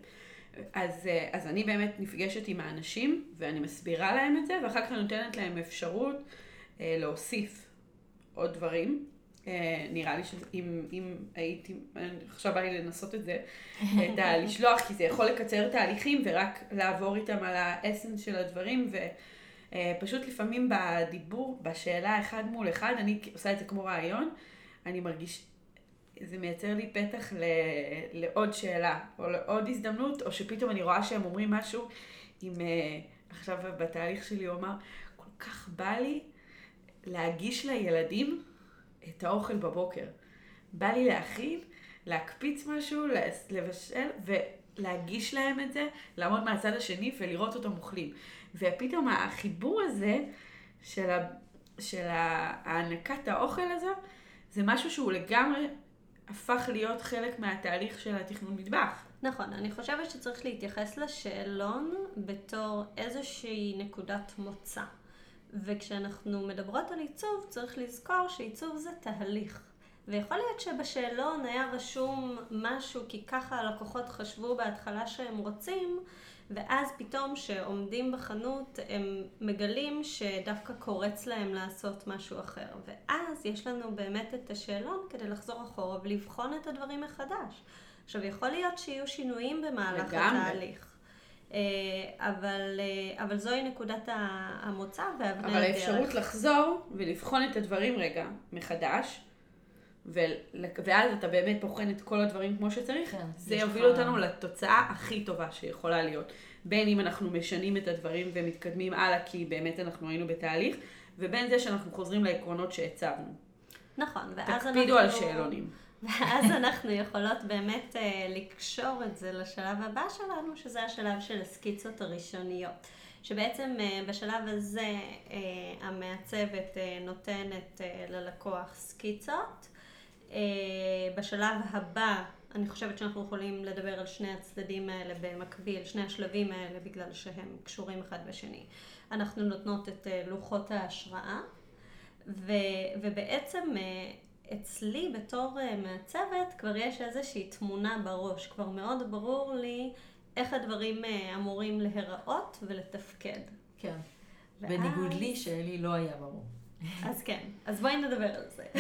אז אני באמת נפגשת עם האנשים, ואני מסבירה להם את זה, ואחר כך אני נותנת להם אפשרות להוסיף עוד דברים. נראה לי שאם הייתי, עכשיו בא לי לנסות את זה, לשלוח, כי זה יכול לקצר תהליכים, ורק לעבור איתם על האסנס של הדברים, ופשוט לפעמים בדיבור, בשאלה אחד מול אחד, אני עושה את זה כמו רעיון, אני מרגיש, זה מייצר לי פתח לעוד שאלה, או לעוד הזדמנות, או שפתאום אני רואה שהם אומרים משהו, עכשיו בתהליך שלי הוא אמר, כל כך בא לי להגיש לילדים את האוכל בבוקר. בא לי להכין, להקפיץ משהו, לבשל, ולהגיש להם את זה, לעמוד מהצד השני ולראות אותם אוכלים. ופתאום החיבור הזה של הענקת האוכל הזה, זה משהו שהוא לגמרי הפך להיות חלק מהתהליך של התכנון מטבח. נכון, אני חושבת שצריך להתייחס לשאלון בתור איזושהי נקודת מוצא. וכשאנחנו מדברות על עיצוב, צריך לזכור שעיצוב זה תהליך. ויכול להיות שבשאלון היה רשום משהו כי ככה הלקוחות חשבו בהתחלה שהם רוצים, ואז פתאום שעומדים בחנות הם מגלים שדווקא קורץ להם לעשות משהו אחר. ואז יש לנו באמת את השאלון כדי לחזור אחורה ולבחון את הדברים מחדש. עכשיו יכול להיות שיהיו שינויים במהלך התהליך. אבל זוהי נקודת המוצא והבני הדרך. אבל האפשרות לחזור ולבחון את הדברים רגע מחדש, ואז אתה באמת בוחן את כל הדברים כמו שצריך, כן, זה יוביל אותנו לתוצאה הכי טובה שיכולה להיות. בין אם אנחנו משנים את הדברים ומתקדמים הלאה, כי באמת אנחנו היינו בתהליך, ובין זה שאנחנו חוזרים לעקרונות שהצבנו. נכון, ואז תקפידו על שאלונים. ואז אנחנו יכולות באמת לקשור את זה לשלב הבא שלנו, שזה השלב של הסקיצות הראשוניות. שבעצם בשלב הזה המעצבת נותנת ללקוח סקיצות. בשלב הבא, אני חושבת שאנחנו יכולים לדבר על שני הצדדים האלה במקביל, שני השלבים האלה, בגלל שהם קשורים אחד בשני. אנחנו נותנות את לוחות ההשראה, ובעצם אצלי בתור מעצבת כבר יש איזושהי תמונה בראש, כבר מאוד ברור לי איך הדברים אמורים להיראות ולתפקד. כן. בניגוד לי, שלי לא היה ברור. אז כן, אז בואי נדבר על זה.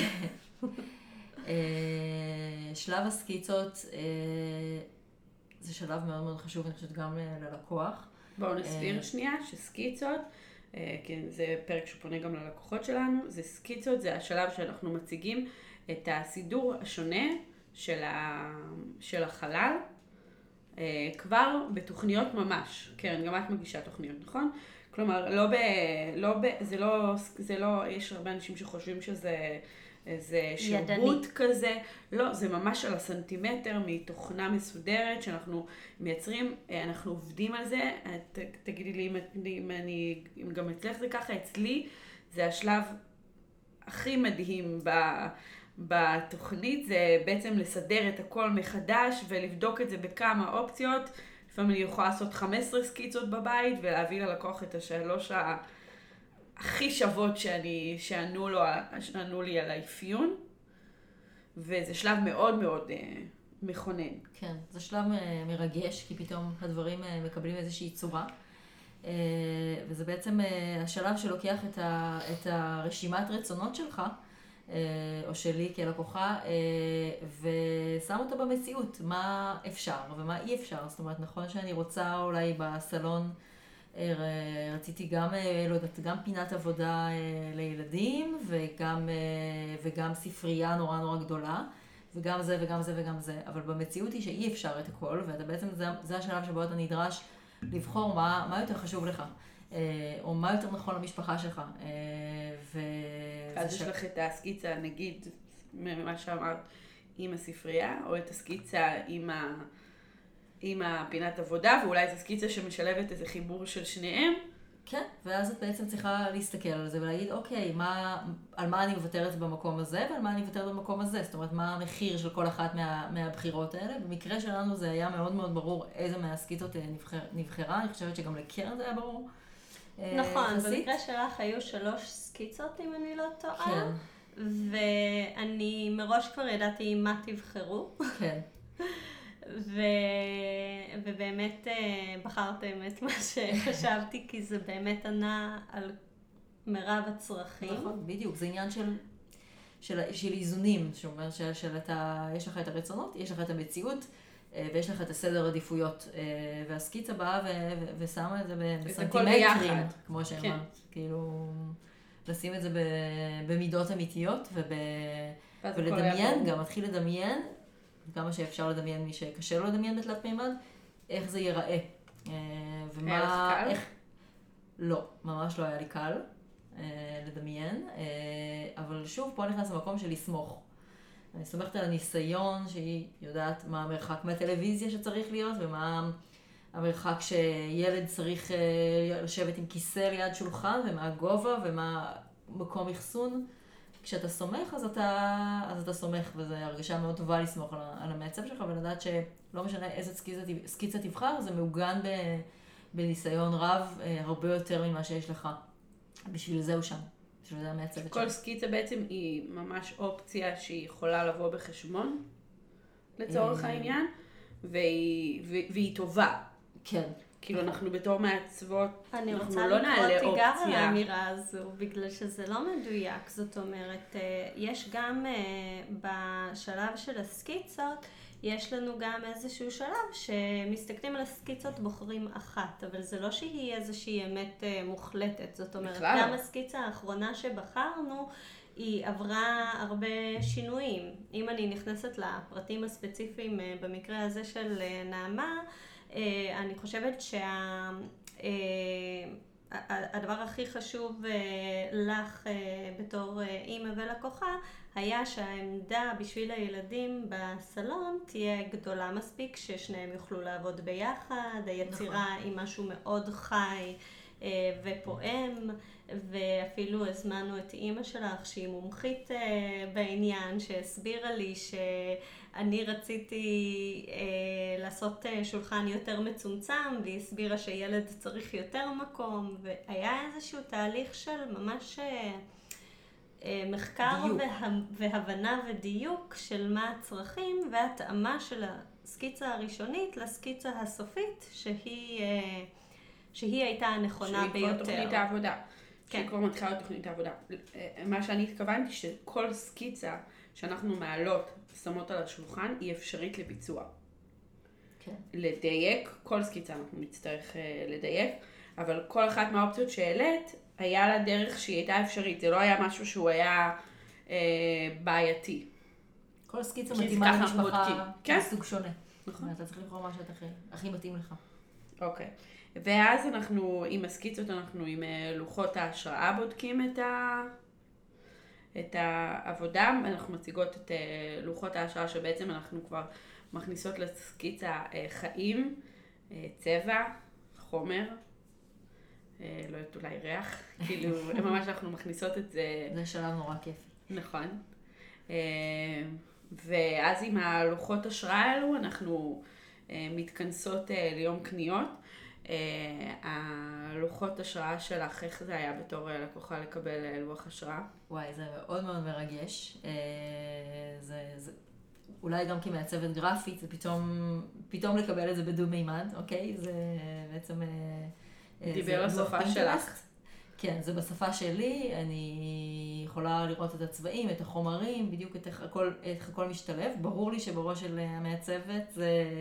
שלב הסקיצות זה שלב מאוד מאוד חשוב, אני חושבת גם ללקוח. בואו נסביר שנייה שסקיצות, כן, זה פרק שפונה גם ללקוחות שלנו, זה סקיצות, זה השלב שאנחנו מציגים את הסידור השונה של החלל, כבר בתוכניות ממש. קרן, גם את מגישה תוכניות, נכון? כלומר, זה לא, יש הרבה אנשים שחושבים שזה שרבוט כזה, לא, זה ממש על הסנטימטר מתוכנה מסודרת שאנחנו מייצרים, אנחנו עובדים על זה, תגידי לי אם גם אצלך זה ככה, אצלי זה השלב הכי מדהים בתוכנית, זה בעצם לסדר את הכל מחדש ולבדוק את זה בכמה אופציות, לפעמים אני יכולה לעשות 15 סקיצות בבית ולהביא ללקוח את השלוש הכי שוות שענו לי על האפיון, וזה שלב מאוד מאוד מכונן. כן, זה שלב מרגש, כי פתאום הדברים מקבלים איזושהי צורה, וזה בעצם השלב שלוקח את הרשימת רצונות שלך, או שלי כלקוחה, ושם אותה במציאות, מה אפשר ומה אי אפשר. זאת אומרת, נכון שאני רוצה אולי בסלון, רציתי גם, לא יודעת, גם פינת עבודה לילדים, וגם ספרייה נורא נורא גדולה, וגם זה וגם זה וגם זה, אבל במציאות היא שאי אפשר את הכל, ואתה בעצם, זה השלב שבו אתה נדרש לבחור מה יותר חשוב לך, או מה יותר נכון למשפחה שלך. אז יש לך את הסקיצה, נגיד, ממה שאמרת, עם הספרייה, או את הסקיצה עם הפינת עבודה, ואולי את הסקיצה שמשלבת איזה חיבור של שניהם. כן, ואז את בעצם צריכה להסתכל על זה ולהגיד, אוקיי, על מה אני מוותרת במקום הזה ועל מה אני מוותרת במקום הזה. זאת אומרת, מה המחיר של כל אחת מהבחירות האלה. במקרה שלנו זה היה מאוד מאוד ברור איזה מהסקיצות נבחרה. אני חושבת שגם לקרן זה היה ברור. נכון, במקרה שלך היו 3 סקיצות, אם אני לא טועה. כן. ואני מראש כבר ידעתי מה תבחרו. כן. ובאמת בחרתם את מה שחשבתי, כי זה באמת ענה על מרב הצרכים. נכון, בדיוק. זה עניין של איזונים, שאומר יש לך את הרצונות, יש לך את המציאות, ויש לך את הסדר עדיפויות. והסקיצה באה ושמה את זה בסנטימטרים, כמו שאמרת. כאילו, לשים את זה במידות אמיתיות, ולדמיין, גם מתחיל לדמיין, כמה שאפשר לדמיין מי שקשה לו לדמיין בתלת מימד, איך זה ייראה. היה לך קל? לא, ממש לא היה לי קל לדמיין, אבל שוב, פה נכנס למקום של לסמוך. אני סומכת על הניסיון שהיא יודעת מה המרחק מהטלוויזיה שצריך להיות, ומה המרחק שילד צריך לשבת עם כיסא ליד שולחן, ומה הגובה, ומה מקום אחסון. כשאתה סומך, אז אתה סומך, וזו הרגשה מאוד טובה לסמוך על המעצב שלך, ולדעת שלא משנה איזה סקיצה תבחר, זה מעוגן בניסיון רב, הרבה יותר ממה שיש לך. בשביל זה הוא שם, בשביל זה המעצבת שם. כל סקיצה בעצם היא ממש אופציה שהיא יכולה לבוא בחשבון, לצורך העניין, והיא טובה. כן. כאילו אנחנו בתור מעצבות, אני אנחנו רוצה לא נעלה לקרוא תיגר על אופציה. האמירה הזו, בגלל שזה לא מדויק. זאת אומרת, יש גם בשלב של הסקיצות, יש לנו גם איזשהו שלב שמסתכלים על הסקיצות בוחרים אחת, אבל זה לא שהיא איזושהי אמת מוחלטת. זאת אומרת, בכלל. גם הסקיצה האחרונה שבחרנו, היא עברה הרבה שינויים. אם אני נכנסת לפרטים הספציפיים במקרה הזה של נעמה, אני חושבת שהדבר הכי חשוב לך בתור אימא ולקוחה היה שהעמדה בשביל הילדים בסלון תהיה גדולה מספיק, ששניהם יוכלו לעבוד ביחד, היצירה היא משהו מאוד חי ופועם, ואפילו הזמנו את אימא שלך שהיא מומחית בעניין, שהסבירה לי שאני רציתי לעשות שולחן יותר מצומצם, והיא הסבירה שילד צריך יותר מקום, והיה איזשהו תהליך של ממש מחקר והבנה ודיוק של מה הצרכים, והתאמה של הסקיצה הראשונית לסקיצה הסופית, שהיא הייתה הנכונה ביותר. שהיא כבר תוכנית העבודה. כן. שהיא כבר מתחילה לתוכנית העבודה. מה שאני התכוונתי שכל סקיצה שאנחנו מעלות, שמות על השולחן, היא אפשרית לביצוע. כן. לדייק, כל סקיצה אנחנו נצטרך לדייק, אבל כל אחת מהאופציות שהעלית, היה לה דרך שהיא הייתה אפשרית. זה לא היה משהו שהוא היה בעייתי. כל סקיצה מתאימה למשפחה כן? מסוג שונה. נכון. אתה צריך לבחור מה שאתה הכי מתאים לך. אוקיי. ואז אנחנו, עם הסקיצות, אנחנו עם לוחות ההשראה בודקים את העבודה. אנחנו מציגות את לוחות ההשראה שבעצם אנחנו כבר מכניסות לסקיצה חיים, צבע, חומר, לא יודעת אולי ריח, כאילו ממש אנחנו מכניסות את זה. זה שלב נורא כיפי. נכון. ואז עם הלוחות השראה האלו אנחנו מתכנסות ליום קניות. הלוחות השראה שלך, איך זה היה בתור לקוחה לקבל לוח השראה? וואי, זה מאוד מאוד מרגש. זה אולי גם כמעצבת גרפית, זה פתאום לקבל את זה בדו מימד, אוקיי? זה בעצם דיבר לשפה שלך. כן, זה בשפה שלי, אני יכולה לראות את הצבעים, את החומרים, בדיוק איך הכל משתלב. ברור לי שבראש של המעצבת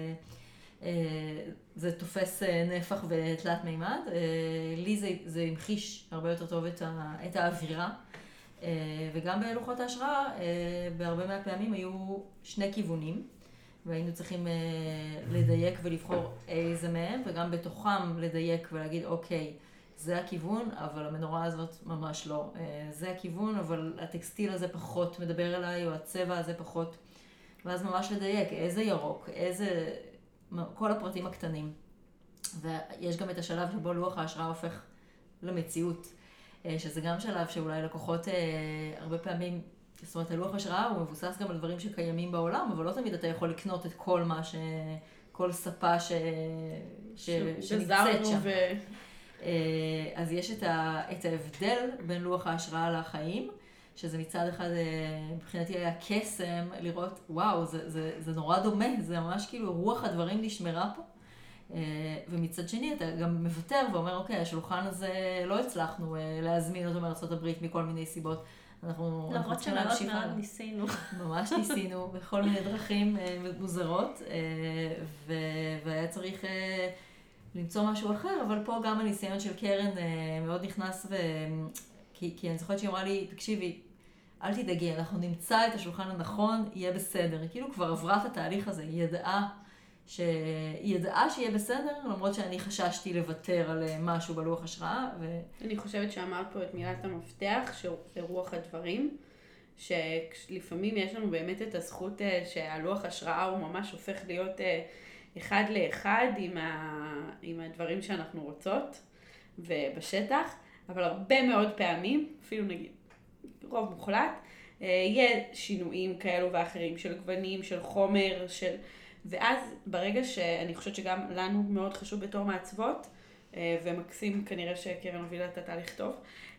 זה תופס נפח ותלת מימד. לי זה המחיש הרבה יותר טוב את האווירה. וגם בלוחות ההשראה, בהרבה מהפעמים היו 2 כיוונים, והיינו צריכים לדייק ולבחור איזה מהם, וגם בתוכם לדייק ולהגיד, אוקיי, זה הכיוון, אבל המנורה הזאת ממש לא. זה הכיוון, אבל הטקסטיל הזה פחות מדבר אליי, או הצבע הזה פחות. ואז ממש לדייק איזה ירוק, איזה, כל הפרטים הקטנים. ויש גם את השלב שבו לוח ההשראה הופך למציאות, שזה גם שלב שאולי לקוחות הרבה פעמים, זאת אומרת, הלוח השראה הוא מבוסס גם על דברים שקיימים בעולם, אבל לא תמיד אתה יכול לקנות את כל מה כל ספה שנמצאת שם. אז יש את ההבדל בין לוח ההשראה לחיים, שזה מצד אחד, מבחינתי היה קסם לראות, וואו, זה נורא דומה, זה ממש כאילו רוח הדברים נשמרה פה. ומצד שני אתה גם מוותר ואומר, אוקיי, השולחן הזה לא הצלחנו להזמין אותו מארצות הברית מכל מיני סיבות. למרות שמאוד מאוד ניסינו. ממש ניסינו בכל מיני דרכים מוזרות, והיה צריך למצוא משהו אחר, אבל פה גם הניסיון של קרן מאוד נכנס, כי אני זוכרת שהיא אמרה לי, תקשיבי, אל תדאגי, אנחנו נמצא את השולחן הנכון, יהיה בסדר. היא כאילו כבר עברה את התהליך הזה, היא ידעה שיהיה בסדר, למרות שאני חששתי לוותר על משהו בלוח השראה. אני חושבת שאמרת פה את מילת המפתח, שזה רוח הדברים, שלפעמים יש לנו באמת את הזכות שהלוח השראה הוא ממש הופך להיות אחד לאחד עם הדברים שאנחנו רוצות ובשטח, אבל הרבה מאוד פעמים, אפילו נגיד רוב מוחלט, יהיה שינויים כאלו ואחרים של גוונים, של חומר, ואז ברגע שאני חושבת שגם לנו מאוד חשוב בתור מעצבות, ומקסים כנראה שקרן הובילה את התהליך טוב,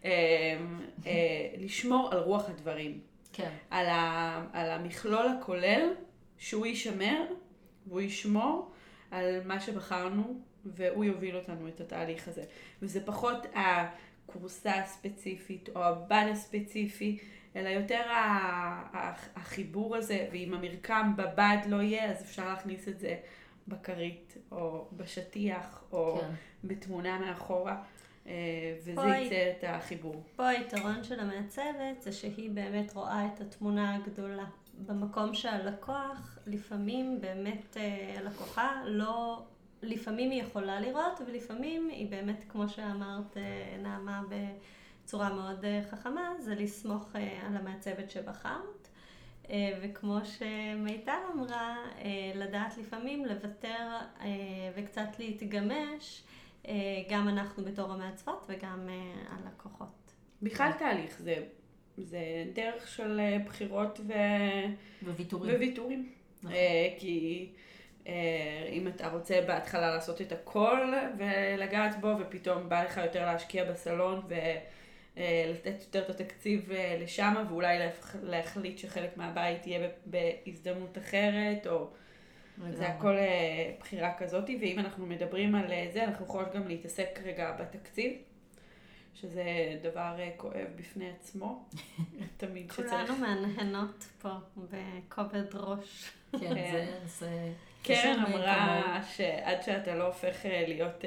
לשמור על רוח הדברים. כן. על המכלול הכולל, שהוא יישמר והוא ישמור על מה שבחרנו, והוא יוביל אותנו את התהליך הזה. וזה פחות הקורסה הספציפית או הבד הספציפי, אלא יותר החיבור הזה, ואם המרקם בבד לא יהיה, אז אפשר להכניס את זה בכרית, או בשטיח, או כן. בתמונה מאחורה, וזה ייצא את החיבור. פה היתרון של המעצבת זה שהיא באמת רואה את התמונה הגדולה. במקום שהלקוח, לפעמים באמת הלקוחה לא, לפעמים היא יכולה לראות, ולפעמים היא באמת, כמו שאמרת, נעמה בצורה מאוד חכמה, זה לסמוך על המעצבת שבחרת. וכמו שמיטל אמרה, לדעת לפעמים לוותר וקצת להתגמש, גם אנחנו בתור המעצבות וגם הלקוחות. בכלל תהליך, זה דרך של בחירות וויתורים. נכון. כי אם אתה רוצה בהתחלה לעשות את הכל ולגעת בו, ופתאום בא לך יותר להשקיע בסלון ולתת יותר את התקציב לשם, ואולי להחליט שחלק מהבית יהיה בהזדמנות אחרת, או זה הכל בחירה כזאת. ואם אנחנו מדברים על זה, אנחנו יכולות גם להתעסק רגע בתקציב, שזה דבר כואב בפני עצמו. תמיד שצריך. כולנו מהנהנות פה בכובד ראש. כן, זה... קרן אמרה שעד שאתה לא הופך להיות,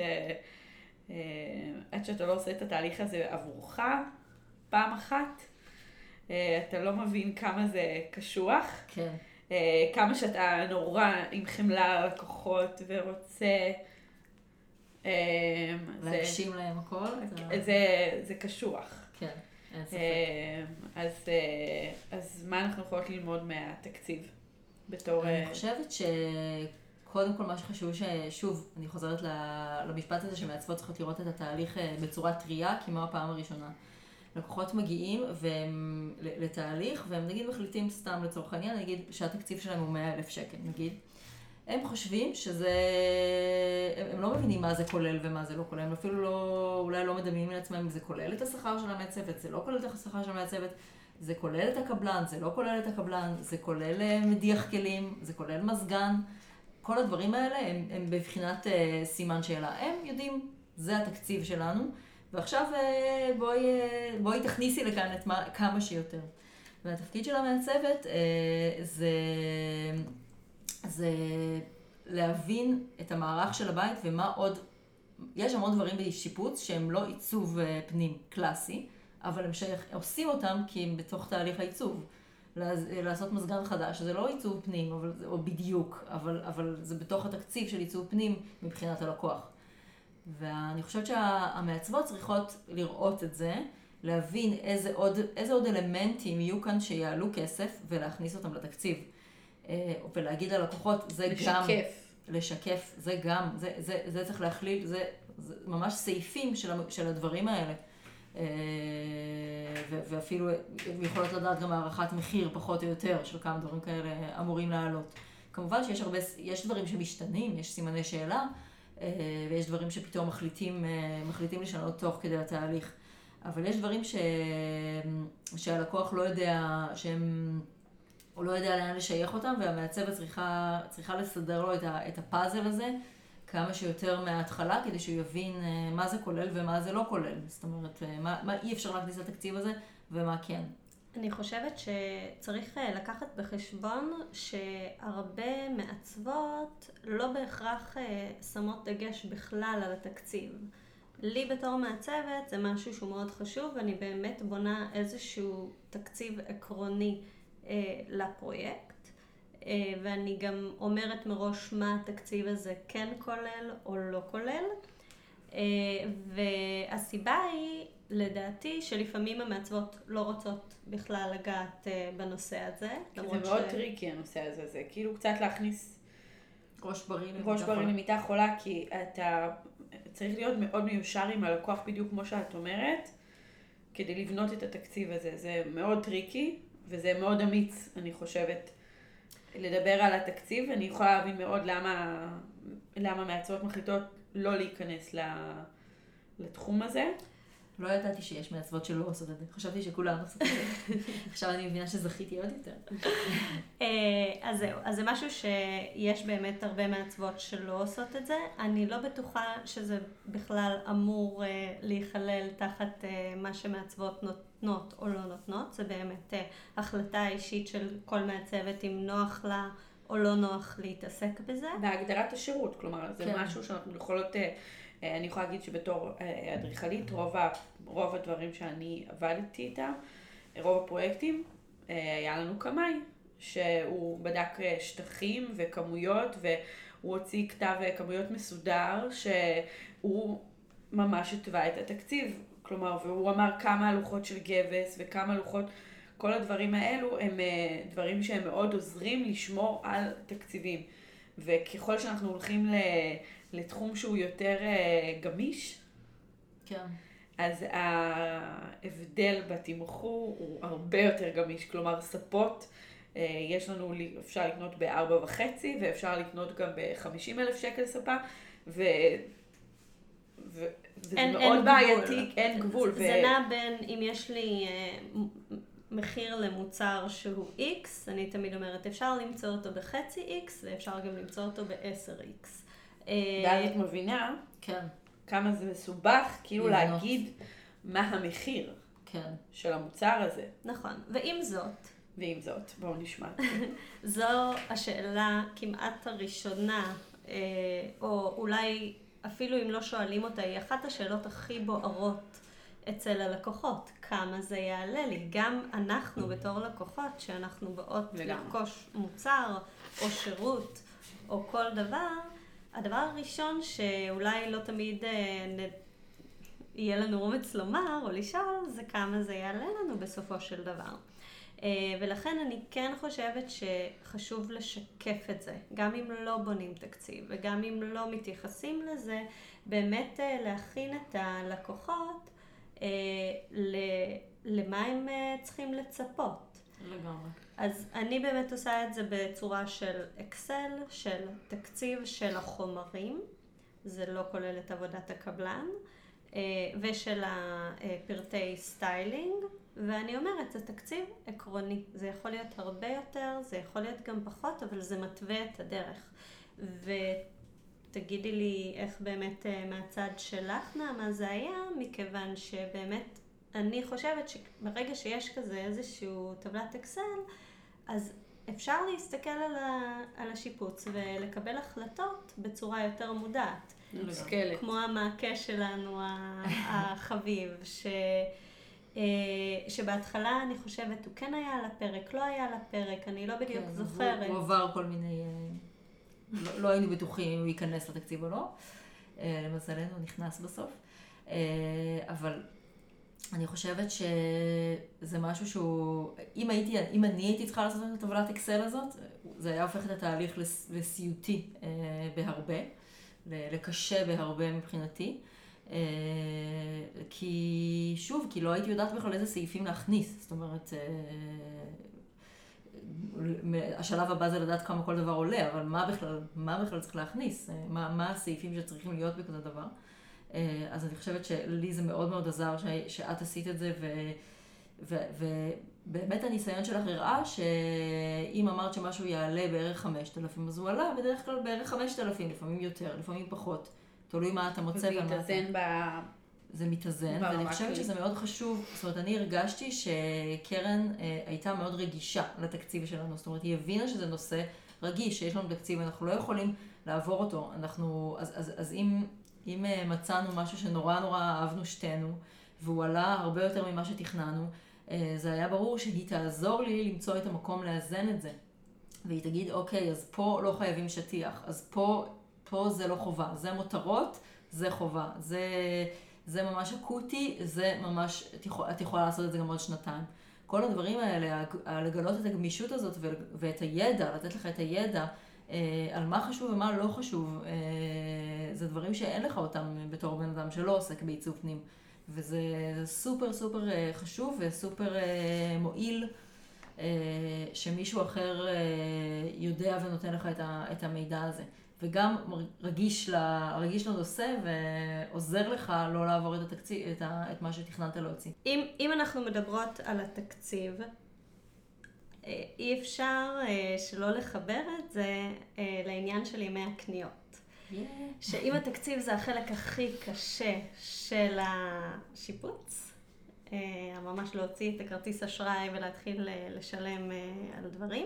עד שאתה לא עושה את התהליך הזה עבורך פעם אחת, אתה לא מבין כמה זה קשוח. כן. כמה שאתה נורא עם חמלה ללקוחות ורוצה... להגשים להם הכל. זה קשוח. כן, אין ספק. אז מה אנחנו יכולות ללמוד מהתקציב בתור... אני חושבת שקודם כל מה שחשוב ששוב, אני חוזרת למשפט הזה שמעצבות צריכות לראות את התהליך בצורה טריה, כמו הפעם הראשונה. לקוחות מגיעים לתהליך, והם נגיד מחליטים סתם לצורך העניין, נגיד שהתקציב שלהם הוא 100,000 שקל, נגיד. הם חושבים שזה, הם לא מבינים מה זה כולל ומה זה לא כולל, הם אפילו לא, אולי לא מדמיינים לעצמם אם זה כולל את השכר של המעצבת, זה לא כולל את השכר של המעצבת, זה כולל את הקבלן, זה לא כולל את הקבלן, זה כולל מדיח כלים, זה כולל מזגן, כל הדברים האלה הם בבחינת סימן שאלה. הם יודעים, זה התקציב שלנו, ועכשיו בואי תכניסי לכאן את כמה שיותר. והתפקיד של המעצבת זה להבין את המערך של הבית ומה עוד, יש המון דברים בשיפוץ שהם לא עיצוב פנים קלאסי, אבל הם עושים אותם כי הם בתוך תהליך העיצוב. לעשות מזגן חדש, זה לא עיצוב פנים, או בדיוק, אבל זה בתוך התקציב של עיצוב פנים מבחינת הלקוח. ואני חושבת שהמעצבות צריכות לראות את זה, להבין איזה עוד אלמנטים יהיו כאן שיעלו כסף ולהכניס אותם לתקציב. ולהגיד ללקוחות, זה גם... לשקף, זה גם, זה צריך להכליל, זה ממש סעיפים של הדברים האלה. ואפילו יכולות לדעת גם הערכת מחיר פחות או יותר של כמה דברים כאלה אמורים לעלות. כמובן שיש דברים שמשתנים, יש סימני שאלה, ויש דברים שפתאום מחליטים לשנות תוך כדי התהליך. אבל יש דברים שהלקוח לא יודע, הוא לא יודע לאן לשייך אותם, והמעצבת צריכה לסדר לו את הפאזל הזה כמה שיותר מההתחלה, כדי שהוא יבין מה זה כולל ומה זה לא כולל. זאת אומרת, מה אי אפשר להכניס לתקציב הזה ומה כן. אני חושבת שצריך לקחת בחשבון שהרבה מעצבות לא בהכרח שמות דגש בכלל על התקציב. לי בתור מעצבת זה משהו שהוא מאוד חשוב, ואני באמת בונה איזשהו תקציב עקרוני לפרויקט, ואני גם אומרת מראש מה התקציב הזה כן כולל או לא כולל, והסיבה היא לדעתי שלפעמים המעצבות לא רוצות בכלל לגעת בנושא הזה. זה מאוד טריקי הנושא הזה, זה כאילו קצת להכניס ראש בריא למיטה חולה, כי אתה צריך להיות מאוד מיושר עם הלקוח בדיוק כמו שאת אומרת, כדי לבנות את התקציב הזה. זה מאוד טריקי וזה מאוד אמיץ, אני חושבת, לדבר על התקציב. אני יכולה להבין מאוד למה מעצבות מחליטות לא להיכנס לתחום הזה. לא ידעתי שיש מעצבות שלא עושות את זה. חשבתי שכולן עושות את זה. עכשיו אני מבינה שזכיתי עוד יותר. אז זהו. אז זה משהו שיש באמת הרבה מעצבות שלא עושות את זה. אני לא בטוחה שזה בכלל אמור להיכלל תחת מה שמעצבות נותנות או לא נותנות. זה באמת החלטה אישית של כל מעצבת אם נוח לה או לא נוח להתעסק בזה. בהגדרת השירות, כלומר, זה משהו שאנחנו יכולות... אני יכולה להגיד שבתור אדריכלית, רוב הדברים שאני עבדתי איתם, רוב הפרויקטים, היה לנו קמאי, שהוא בדק שטחים וכמויות, והוא הוציא כתב כמויות מסודר, שהוא ממש התווה את התקציב. כלומר, והוא אמר כמה לוחות של גבס וכמה לוחות, כל הדברים האלו הם דברים שהם מאוד עוזרים לשמור על תקציבים. וככל שאנחנו הולכים לתחום שהוא יותר גמיש, כן. אז ההבדל בתמחור הוא הרבה יותר גמיש. כלומר, ספות, יש לנו, אפשר לקנות ב4.5 ואפשר לקנות גם ב50,000 שקל ספה, וזה מאוד בעייתי, אין גבול. זה נע בין, אם יש לי מחיר למוצר שהוא X, אני תמיד אומרת, אפשר למצוא אותו בחצי X, ואפשר גם למצוא אותו ב10X. ואז את מבינה כמה זה מסובך, כאילו להגיד מה המחיר של המוצר הזה. נכון, ועם זאת, בואו נשמע. זו השאלה כמעט הראשונה, או אולי אפילו אם לא שואלים אותה, היא אחת השאלות הכי בוערות אצל הלקוחות. כמה זה יעלה לי? גם אנחנו בתור לקוחות, שאנחנו באות לרכוש מוצר או שירות או כל דבר, הדבר הראשון שאולי לא תמיד יהיה לנו אומץ לומר או לשאול, זה כמה זה יעלה לנו בסופו של דבר. ולכן אני כן חושבת שחשוב לשקף את זה, גם אם לא בונים תקציב וגם אם לא מתייחסים לזה, באמת להכין את הלקוחות למה הם צריכים לצפות. לגמרי. אז אני באמת עושה את זה בצורה של אקסל, של תקציב של החומרים, זה לא כולל את עבודת הקבלן, ושל הפרטי סטיילינג, ואני אומרת, זה תקציב עקרוני, זה יכול להיות הרבה יותר, זה יכול להיות גם פחות, אבל זה מתווה את הדרך. ותגידי לי איך באמת מהצד שלך נעמה זה היה, מכיוון שבאמת אני חושבת שברגע שיש כזה איזשהו טבלת אקסל, אז אפשר להסתכל על השיפוץ ולקבל החלטות בצורה יותר מודעת. מושכלת. כמו המעקה שלנו החביב, שבהתחלה אני חושבת הוא כן היה על הפרק, לא היה על הפרק, אני לא בדיוק זוכרת. הוא עבר כל מיני, לא היינו בטוחים אם הוא ייכנס לתקציב או לא. למזלנו הוא נכנס בסוף. אבל אני חושבת שזה משהו שהוא, אם אני הייתי צריכה לעשות את הטבלת אקסל הזאת, זה היה הופך את התהליך לסיוטי בהרבה, לקשה בהרבה מבחינתי. כי שוב, כי לא הייתי יודעת בכלל איזה סעיפים להכניס. זאת אומרת, השלב הבא זה לדעת כמה כל דבר עולה, אבל מה בכלל צריך להכניס? מה הסעיפים שצריכים להיות בכזה דבר? אז אני חושבת שלי זה מאוד מאוד עזר שאת עשית את זה, ובאמת הניסיון שלך הראה שאם אמרת שמשהו יעלה בערך 5,000, אז הוא עלה בדרך כלל בערך 5,000, לפעמים יותר, לפעמים פחות. תלוי מה אתה מוצא ומה אתה... זה מתאזן, ואני חושבת שזה מאוד חשוב. זאת אומרת, אני הרגשתי שקרן הייתה מאוד רגישה לתקציב שלנו. זאת אומרת, היא הבינה שזה נושא רגיש, שיש לנו תקציב, אנחנו לא יכולים לעבור אותו. אז אם מצאנו משהו שנורא נורא אהבנו שתינו, והוא עלה הרבה יותר ממה שתכננו, זה היה ברור שהיא תעזור לי למצוא את המקום לאזן את זה. והיא תגיד, אוקיי, אז פה לא חייבים שטיח, אז פה זה לא חובה, זה מותרות, זה חובה, זה ממש אקוטי, זה ממש, את יכולה לעשות את זה גם עוד 2 שנתיים. כל הדברים האלה, לגלות את הגמישות הזאת ואת הידע, לתת לך את הידע, על מה חשוב ומה לא חשוב, זה דברים שאין לך אותם בתור בן אדם שלא עוסק בעיצוב פנים. וזה סופר סופר חשוב וסופר מועיל, שמישהו אחר יודע ונותן לך את המידע הזה. וגם רגיש לנושא ועוזר לך לא לעבור את התקציב, את מה שתכננת להוציא. אם אנחנו מדברות על התקציב, אי אפשר שלא לחבר את זה לעניין של ימי הקניות. שאם התקציב זה החלק הכי קשה של השיפוץ, ממש להוציא את הכרטיס אשראי ולהתחיל לשלם על דברים.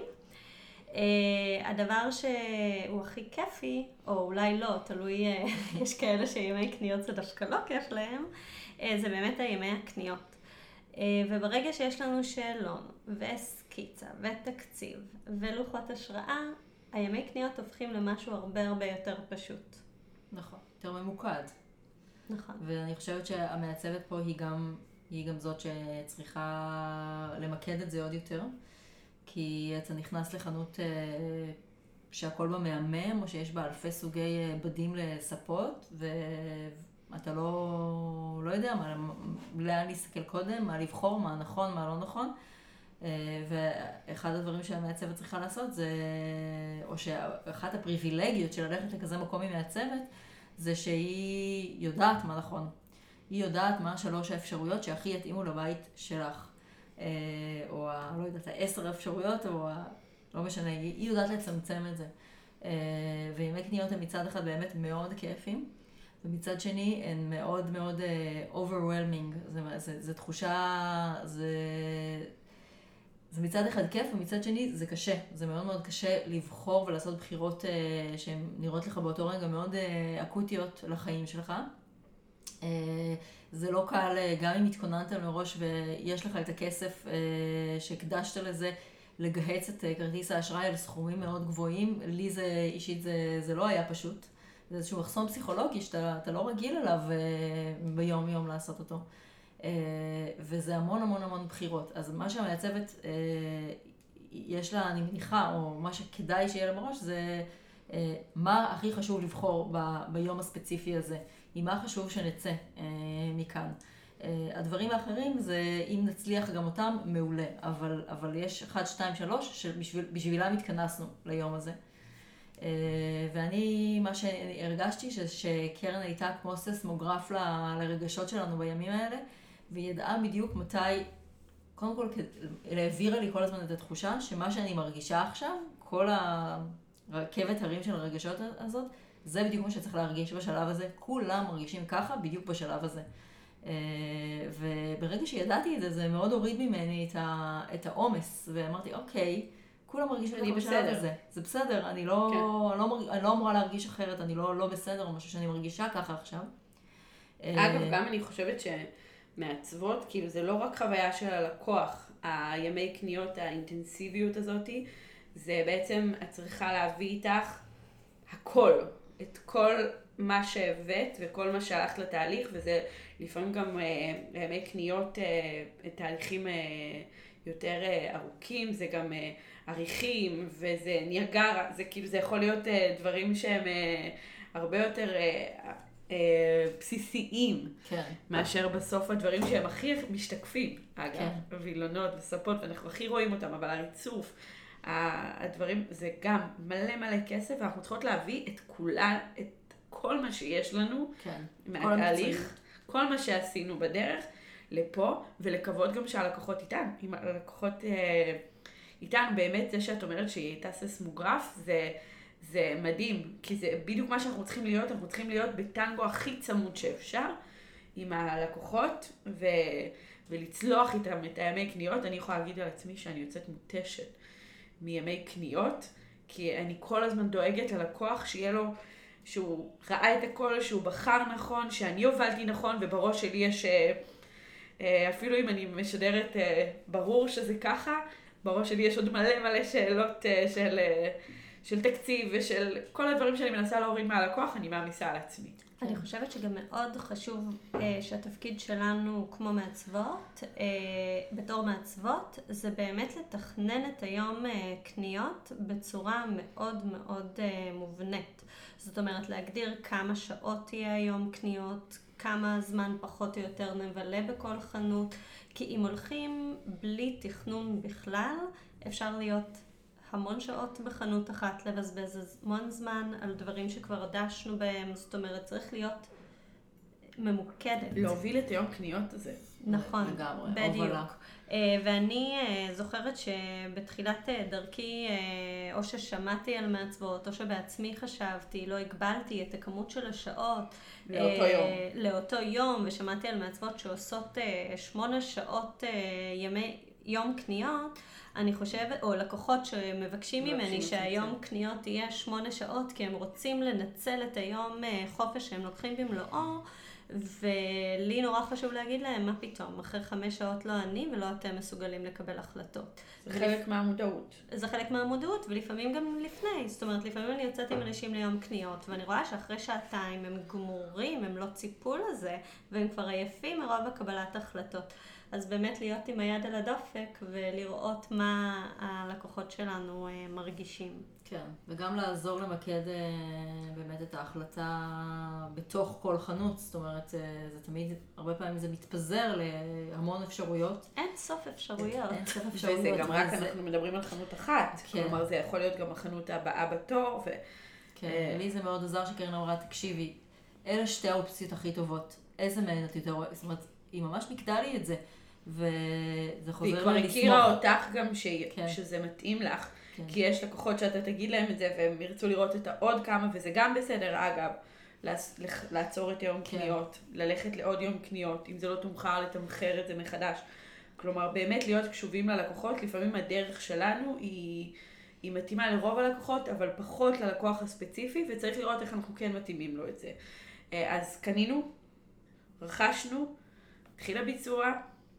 הדבר שהוא הכי כיפי, או אולי לא, תלוי, יש כאלה שימי קניות זה דווקא לא כיף להם, זה באמת הימי הקניות. וברגע שיש לנו שאלון וסקיצה ותקציב ולוחות השראה, הימי קניות הופכים למשהו הרבה הרבה יותר פשוט. נכון, יותר ממוקד. נכון. ואני חושבת שהמעצבת פה היא גם זאת שצריכה למקד את זה עוד יותר. כי אתה נכנס לחנות שהכל בה מהמם, או שיש בה אלפי סוגי בדים לספות, ואתה לא יודע לאן להסתכל קודם, מה לבחור, מה נכון, מה לא נכון. ואחד הדברים שהמעצבת צריכה לעשות זה, או שאחת הפריבילגיות של ללכת לכזה מקום עם מעצבת, זה שהיא יודעת מה נכון. היא יודעת מה 3 האפשרויות שהכי יתאימו לבית שלך. או לא יודעת, 10 אפשרויות, או לא משנה, היא יודעת לצמצם את זה. וימי קניות הם מצד אחד באמת מאוד כיפים, ומצד שני הן מאוד מאוד overwhelming. זה תחושה, זה מצד אחד כיף, ומצד שני זה קשה. זה מאוד מאוד קשה לבחור ולעשות בחירות שהן נראות לך באותו רגע מאוד אקוטיות לחיים שלך. זה לא קל, גם אם התכוננת מראש ויש לך את הכסף שהקדשת לזה, לגהץ את כרטיס האשראי על סכומים מאוד גבוהים. לי זה אישית זה לא היה פשוט. זה איזשהו מחסום פסיכולוגי שאתה לא רגיל אליו ביום יום לעשות אותו. וזה המון המון המון בחירות. אז מה שהמעצבת יש לה, אני מניחה, או מה שכדאי שיהיה לה בראש, זה מה הכי חשוב לבחור ביום הספציפי הזה. עם מה חשוב שנצא מכאן. הדברים האחרים זה, אם נצליח גם אותם, מעולה. אבל יש 1, 2, 3 שבשבילם התכנסנו ליום הזה. ואני, מה שהרגשתי, שקרן הייתה כמו ססמוגרף לרגשות שלנו בימים האלה, והיא ידעה בדיוק מתי, קודם כל, להעבירה לי כל הזמן את התחושה, שמה שאני מרגישה עכשיו, כל הרכבת הרים של הרגשות הזאת, זה בדיוק מה שצריך להרגיש בשלב הזה. כולם מרגישים ככה בדיוק בשלב הזה. וברגע שידעתי את זה, זה מאוד הוריד ממני את העומס. ואמרתי, אוקיי, כולם מרגישים ככה בשלב הזה. זה בסדר, אני לא אמורה להרגיש אחרת, אני לא בסדר, או משהו שאני מרגישה ככה עכשיו. אגב, גם אני חושבת שמעצבות, כאילו זה לא רק חוויה של הלקוח, הימי קניות, האינטנסיביות הזאת, זה בעצם את צריכה להביא איתך הכל. את כל מה שהבאת וכל מה שהלכת לתהליך, וזה לפעמים גם ימי קניות, תהליכים יותר ארוכים, זה גם עריכים, וזה ניאגרה, זה כאילו, זה יכול להיות דברים שהם הרבה יותר בסיסיים, כן. מאשר בסוף הדברים שהם הכי משתקפים, אגב, כן. וילונות וספות, ואנחנו הכי רואים אותם, אבל הריצוף, הדברים, זה גם מלא מלא כסף, ואנחנו צריכות להביא את כולה, את כל מה שיש לנו, כן. מהתהליך, כל מה שעשינו בדרך, לפה, ולקוות גם שהלקוחות איתנו, אם הלקוחות איתנו, באמת זה שאת אומרת שהיא הייתה ססמוגרף, זה מדהים, כי זה בדיוק מה שאנחנו צריכים להיות, אנחנו צריכים להיות בטנגו הכי צמוד שאפשר, עם הלקוחות, ולצלוח איתם את הימי קניות. אני יכולה להגיד על עצמי שאני יוצאת מותשת מימי קניות, כי אני כל הזמן דואגת ללקוח שיהיה לו, שהוא ראה את הכל, שהוא בחר נכון, שאני הובלתי נכון, ובראש שלי יש, אפילו אם אני משדרת ברור שזה ככה, בראש שלי יש עוד מלא מלא שאלות של תקציב ושל כל הדברים שאני מנסה להוריד מהלקוח, אני מעמיסה על עצמי. אני חושבת שגם מאוד חשוב שהתפקיד שלנו כמו מעצבות, בתור מעצבות, זה באמת לתכנן את היום קניות בצורה מאוד מאוד מובנית. זאת אומרת, להגדיר כמה שעות תהיה היום קניות, כמה זמן פחות או יותר נבלה בכל חנות, כי אם הולכים בלי תכנון בכלל, אפשר להיות המון שעות בחנות אחת, לבזבז המון זמן על דברים שכבר דשנו בהם, זאת אומרת, צריך להיות ממוקדת. להוביל את היום קניות הזה. נכון, לגמרי, בדיוק. ואני זוכרת שבתחילת דרכי, או ששמעתי על מעצבות, או שבעצמי חשבתי, לא הגבלתי את הכמות של השעות. לאותו יום, ושמעתי על מעצבות שעושות 8 שעות יום קניות. אני חושבת, או לקוחות שמבקשים ממני שהיום קניות תהיה 8 שעות, כי הם רוצים לנצל את היום חופש שהם לוקחים במלואו, ולי נורא חשוב להגיד להם, מה פתאום, אחרי 5 שעות לא אני ולא אתם מסוגלים לקבל החלטות. זה חלק מהמודעות. זה חלק מהמודעות, ולפעמים גם לפני. זאת אומרת, לפעמים אני יוצאת עם אנשים ליום קניות, ואני רואה שאחרי 2 שעתיים הם גמורים, הם לא ציפו לזה, והם כבר עייפים מרוב הקבלת החלטות. אז באמת להיות עם היד על הדופק ולראות מה הלקוחות שלנו מרגישים. כן, וגם לעזור למקד באמת את ההחלטה בתוך כל חנות, זאת אומרת, זה תמיד, הרבה פעמים זה מתפזר להמון אפשרויות. אין סוף אפשרויות. אין סוף אפשרויות. וזה גם רק אנחנו מדברים על חנות אחת, כן. כלומר זה יכול להיות גם החנות הבאה בתור. כן, לי זה מאוד עזר שקרן אמרה, תקשיבי, אלה 2 האופציות הכי טובות, איזה מהן את יותר רואה, זאת אומרת, היא ממש מקדה לי את זה, וזה חוזר והיא כבר הכירה אותך גם שזה מתאים לך. כן. כי יש לקוחות שאתה תגיד להם את זה, והם ירצו לראות את העוד כמה, וזה גם בסדר, אגב, לעצור את יום קניות, ללכת לעוד יום קניות, אם זה לא תומחר, לתמחר את זה מחדש. כלומר, באמת להיות קשובים ללקוחות, לפעמים הדרך שלנו היא מתאימה לרוב הלקוחות, אבל פחות ללקוח הספציפי, וצריך לראות איך אנחנו כן מתאימים לו את זה. אז קנינו, רכשנו, התחיל הביצוע.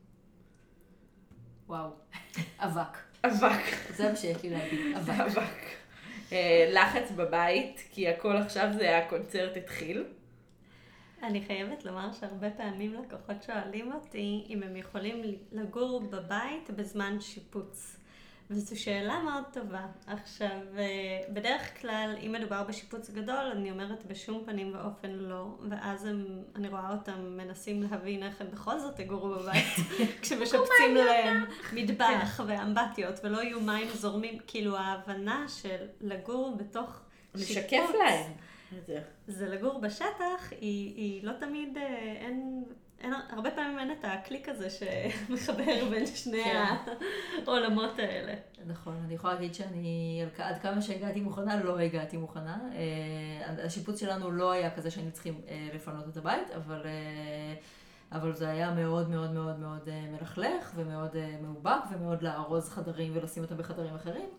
וואו, אבק. אבק. זה מה שיש לי להגיד, אבק. אבק. לחץ בבית, כי הכל עכשיו זה הקונצרט התחיל. אני חייבת לומר שהרבה פעמים לקוחות שואלים אותי אם הם יכולים לגור בבית בזמן שיפוץ. וזו שאלה מאוד טובה. עכשיו, בדרך כלל, אם מדובר בשיפוץ גדול, אני אומרת בשום פנים ואופן לא, ואז אני רואה אותם מנסים להבין איך הם בכל זאת יגורו בבית, כשמשפצים להם מטבח ואמבטיות, ולא יהיו מים זורמים, כאילו ההבנה של לגור בתוך שיפוץ. לשקף להם. זה לגור בשטח, היא לא תמיד, הרבה פעמים אין את הקליק הזה שמחבר בין שני העולמות האלה. נכון, אני יכולה להגיד שאני, עד כמה שהגעתי מוכנה, לא הגעתי מוכנה. השיפוץ שלנו לא היה כזה שהיינו צריכים לפנות את הבית, אבל זה היה מאוד מאוד מאוד מאוד מלכלך ומאוד מאובק ומאוד לארוז חדרים ולשים אותם בחדרים אחרים.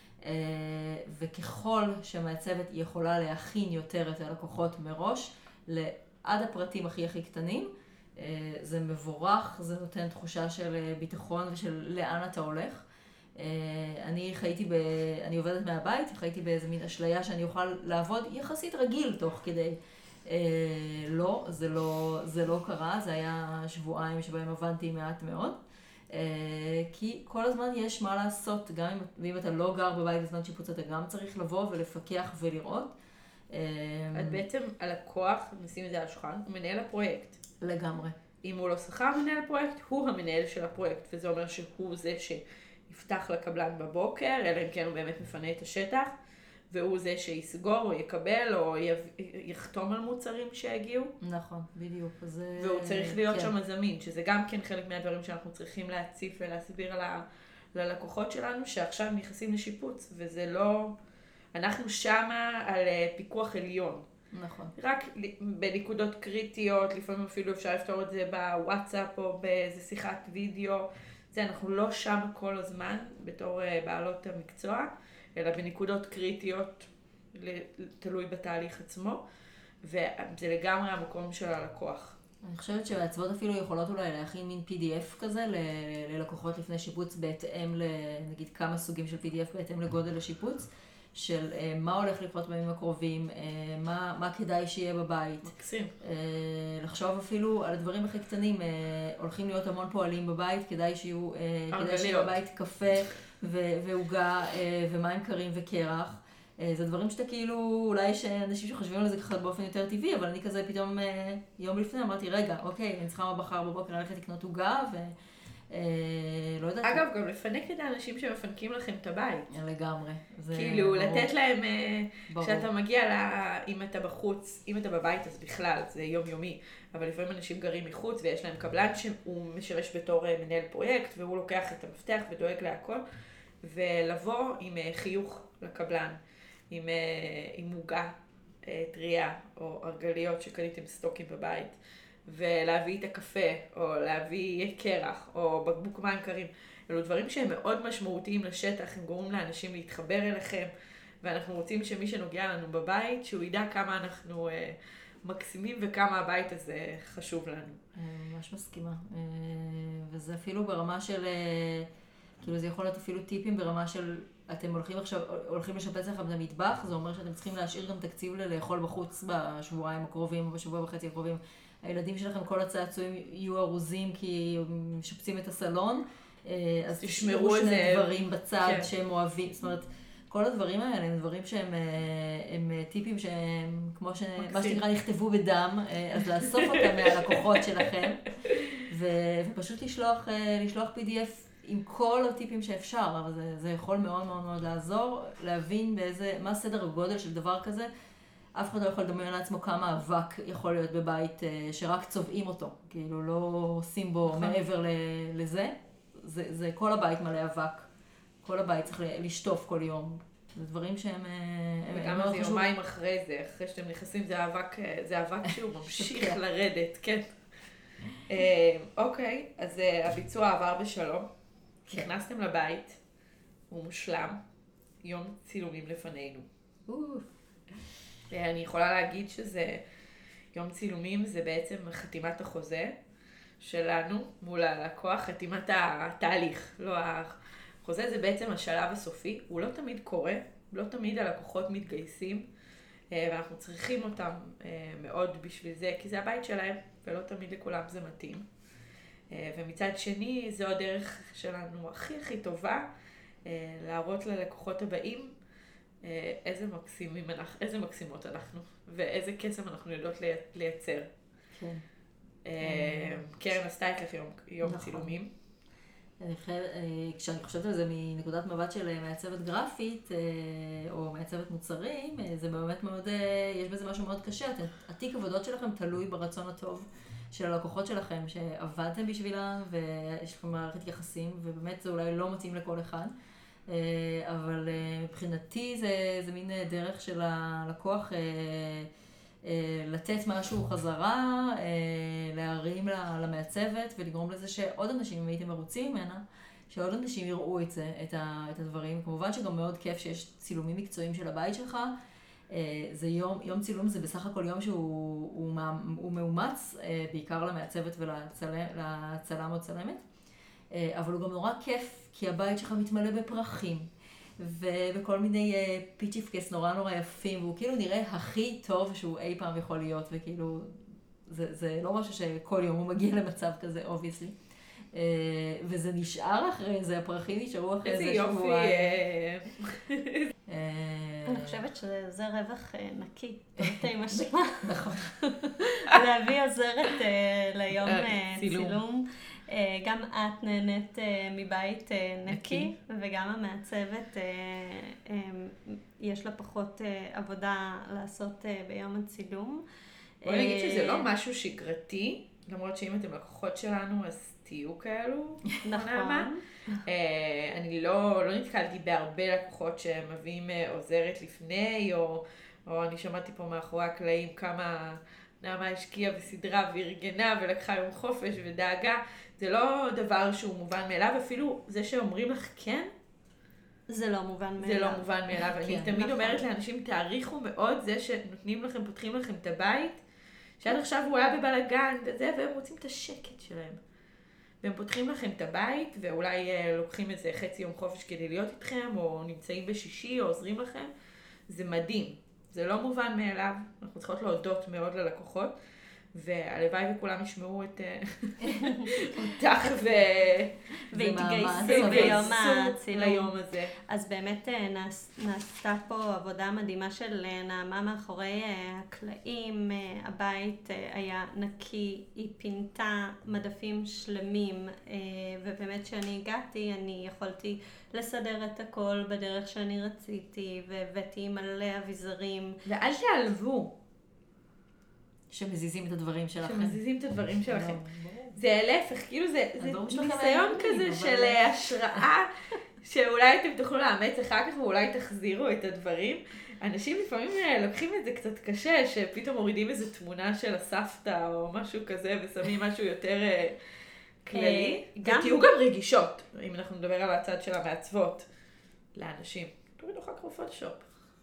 וככל שמעצבת יכולה להכין יותר את הלקוחות מראש, עד הפרטים הכי הכי קטנים, זה מבורך, זה נותן תחושה של ביטחון ושל לאן אתה הולך. אני עובדת מהבית, חייתי באיזה מין אשליה שאני אוכל לעבוד יחסית רגיל תוך כדי. לא, זה לא קרה, זה היה שבועיים שבהם עבדתי מעט מאוד. כי כל הזמן יש מה לעשות, גם אם אתה לא גר בבית בזמן שיפוץ, אתה גם צריך לבוא ולפקח ולראות. את בעצם הלקוח, נשים את זה על השולחן, הוא מנהל הפרויקט. לגמרי. אם הוא לא שכר מנהל הפרויקט, הוא המנהל של הפרויקט, וזה אומר שהוא זה שיפתח לקבלן בבוקר, אלא אם כן הוא באמת מפנה את השטח, והוא זה שיסגור או יקבל או יחתום על מוצרים שהגיעו. נכון, בדיוק. והוא צריך להיות שם זמין, שזה גם כן חלק מהדברים שאנחנו צריכים להציף ולהסביר ללקוחות שלנו, שעכשיו נכנסים לשיפוץ, וזה לא... אנחנו שמה על פיקוח עליון. נכון. רק בנקודות קריטיות, לפעמים אפילו אפשר לפתור את זה בוואטסאפ או באיזה שיחת וידאו. זה אנחנו לא שם כל הזמן בתור בעלות המקצוע, אלא בנקודות קריטיות, תלוי בתהליך עצמו, וזה לגמרי המקום של הלקוח. אני חושבת שהעצבות אפילו יכולות אולי להכין מין PDF כזה ללקוחות לפני שיפוץ בהתאם נגיד כמה סוגים של PDF בהתאם לגודל השיפוץ. של מה הולך לקרות בימים הקרובים, מה כדאי שיהיה בבית. מקסים. לחשוב אפילו על הדברים הכי קטנים, הולכים להיות המון פועלים בבית, כדאי שיהיה בבית קפה ועוגה ומים קרים וקרח. זה דברים שאתה כאילו, אולי שאנשים שחושבים על זה ככה באופן יותר טבעי, אבל אני כזה פתאום יום לפני אמרתי, רגע, אוקיי, אני צריכה מחר בבוקר ללכת לקנות עוגה לא יודעת. אגב, גם לפנק את האנשים שמפנקים לכם את הבית. לגמרי. כאילו, לתת להם, כשאתה מגיע, אם אתה בחוץ, אם אתה בבית, אז בכלל, זה יומיומי. אבל לפעמים אנשים גרים מחוץ, ויש להם קבלן שהוא משמש בתור מנהל פרויקט, והוא לוקח את המפתח ודואג להכל, ולבוא עם חיוך לקבלן, עם עוגה טריה, או ארגליות שקניתם סטוקים בבית. ולהביא את הקפה, או להביא קרח, או בקבוק מים קרים. אלו דברים שהם מאוד משמעותיים לשטח, הם גורמים לאנשים להתחבר אליכם, ואנחנו רוצים שמי שנוגע לנו בבית, שהוא ידע כמה אנחנו מקסימים וכמה הבית הזה חשוב לנו. ממש מסכימה. וזה אפילו ברמה של, כאילו זה יכול להיות אפילו טיפים ברמה של, אתם הולכים לשפץ לכם את המטבח, זה אומר שאתם צריכים להשאיר גם תקציב לאכול בחוץ בשבועיים הקרובים, או בשבוע וחצי הקרובים. הילדים שלכם, כל הצעצועים יהיו ארוזים כי משפצים את הסלון, אז תשמרו שני דברים בצד שהם אוהבים. זאת אומרת, כל הדברים האלה הם דברים שהם טיפים שהם, כמו מה שנקרא, נכתבו בדם, אז לאסוף אותם מהלקוחות שלכם, ופשוט לשלוח PDF עם כל הטיפים שאפשר, אבל זה יכול מאוד מאוד מאוד לעזור, להבין מה סדר הגודל של דבר כזה. אף אחד לא יכול לדמיין לעצמו כמה אבק יכול להיות בבית שרק צובעים אותו, כאילו לא עושים בו מעבר לזה. זה כל הבית מלא אבק, כל הבית צריך לשטוף כל יום. זה דברים שהם וגם זה יומיים אחרי זה, אחרי שאתם נכנסים, זה אבק שהוא ממשיך לרדת, כן. אוקיי, אז הביצוע עבר בשלום, נכנסתם לבית, הוא מושלם, יום צילומים לפנינו. אני יכולה להגיד שזה יום צילומים, זה בעצם חתימת החוזה שלנו מול הלקוח, חתימת התהליך. לא, החוזה זה בעצם השלב הסופי, הוא לא תמיד קורה, לא תמיד הלקוחות מתגייסים, ואנחנו צריכים אותם מאוד בשביל זה, כי זה הבית שלהם, ולא תמיד לכולם זה מתאים. ומצד שני, זו הדרך שלנו הכי טובה, להראות ללקוחות הבאים, איזה מקסימות אנחנו, ואיזה קסם אנחנו יודעות לייצר. כן. קרן עשתה אצלך יום צילומים. כשאני חושבת על זה מנקודת מבט של מעצבת גרפית, או מעצבת מוצרים, זה באמת מאוד, יש בזה משהו מאוד קשה. התיק עבודות שלכם תלוי ברצון הטוב של הלקוחות שלכם, שעבדתם בשבילם, ויש לכם מערכת יחסים, ובאמת זה אולי לא מתאים לכל אחד. אבל מבחינתי זה מין דרך של הלקוח לתת משהו חזרה, להרים למעצבת ולגרום לזה שעוד אנשים, אם הייתם מרוצים ממנה, שעוד אנשים יראו את זה, את הדברים. כמובן שגם מאוד כיף שיש צילומים מקצועיים של הבית שלך. זה יום צילום זה בסך הכל יום שהוא מאומץ, בעיקר למעצבת ולצלם או צלמת. אבל הוא גם נורא כיף, כי הבית שלך מתמלא בפרחים, ובכל מיני פיצ'יפקס נורא נורא יפים, והוא כאילו נראה הכי טוב שהוא אי פעם יכול להיות, וכאילו, זה לא משהו שכל יום הוא מגיע למצב כזה, obviously. וזה נשאר אחרי זה, הפרחים נשארו אחרי זה שבועיים. איזה יופי. אני חושבת שזה רווח נקי, תרתי משמע. נכון. להביא עוזרת ליום צילום. גם את נהנית מבית נקי, וגם המעצבת יש לה פחות עבודה לעשות ביום הצילום. בואי נגיד שזה לא משהו שגרתי, למרות שאם אתם לקוחות שלנו אז תהיו כאלו. נכון. אני לא נתקלתי בהרבה לקוחות שמביאים עוזרת לפני, או אני שמעתי פה מאחורי הקלעים כמה נעמה השקיעה וסדרה וארגנה ולקחה יום חופש ודאגה. זה לא דבר שהוא מובן מאליו, אפילו זה שאומרים לך כן, זה לא מובן מאליו. זה לא מובן מאליו. אני תמיד אומרת לאנשים, תעריכו מאוד זה שנותנים לכם, פותחים לכם את הבית, שעד עכשיו הוא היה בבלגן וזה, והם רוצים את השקט שלהם. והם פותחים לכם את הבית, ואולי לוקחים איזה חצי יום חופש כדי להיות איתכם, או נמצאים בשישי, או עוזרים לכם. זה מדהים. זה לא מובן מאליו. אנחנו צריכות להודות מאוד ללקוחות, והלוואי וכולם ישמעו את אותך והתגייסו ביום הצילום. ליום הזה. אז באמת נעשתה פה עבודה מדהימה של נעמה מאחורי הקלעים. הבית היה נקי, היא פינתה מדפים שלמים, ובאמת כשאני הגעתי אני יכולתי לסדר את הכל בדרך שאני רציתי, והבאתי מלא אביזרים. ואל תעלבו. שמזיזים את הדברים שלכם. שמזיזים את הדברים שלכם. זה להפך, כאילו זה ניסיון כזה של השראה, שאולי אתם תוכלו לאמץ אחר כך ואולי תחזירו את הדברים. אנשים לפעמים לוקחים את זה קצת קשה, שפתאום מורידים איזו תמונה של הסבתא או משהו כזה, ושמים משהו יותר כללי. ותהיו גם רגישות, אם אנחנו נדבר על הצד של המעצבות, לאנשים. תורידו אחר כך בפוטושופ.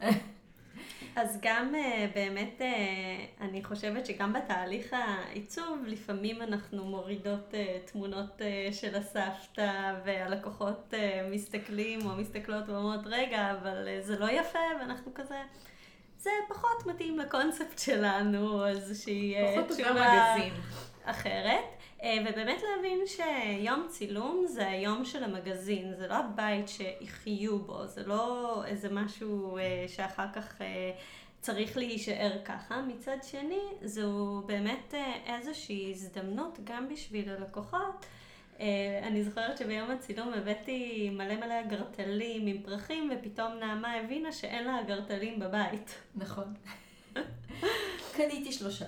אז גם באמת אני חושבת שגם בתהליך העיצוב לפעמים אנחנו מורידות תמונות של הסבתא, והלקוחות מסתכלים או מסתכלות ואומרות רגע אבל זה לא יפה, ואנחנו כזה זה פחות מתאים לקונספט שלנו, אז שהיא תשובה אחרת. ובאמת להבין שיום צילום זה היום של המגזין, זה לא הבית שיחיו בו, זה לא איזה משהו שאחר כך צריך להישאר ככה. מצד שני, זו באמת איזושהי הזדמנות גם בשביל הלקוחות. אני זוכרת שביום הצילום הבאתי מלא אגרטלים עם פרחים, ופתאום נעמה הבינה שאין לה אגרטלים בבית. נכון. קניתי 3.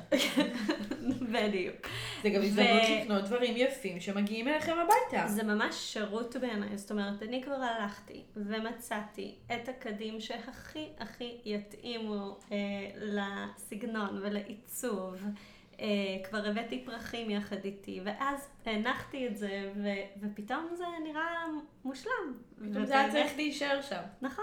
בדיוק. זה גם הזדמנות לקנות דברים יפים שמגיעים אליכם הביתה. זה ממש שירות בעיניי, זאת אומרת, אני כבר הלכתי ומצאתי את הקדים שהכי יתאימו לסגנון ולעיצוב. כבר הבאתי פרחים יחד איתי, ואז הנחתי את זה, ופתאום זה נראה מושלם. פתאום זה היה צריך להישאר שם. נכון.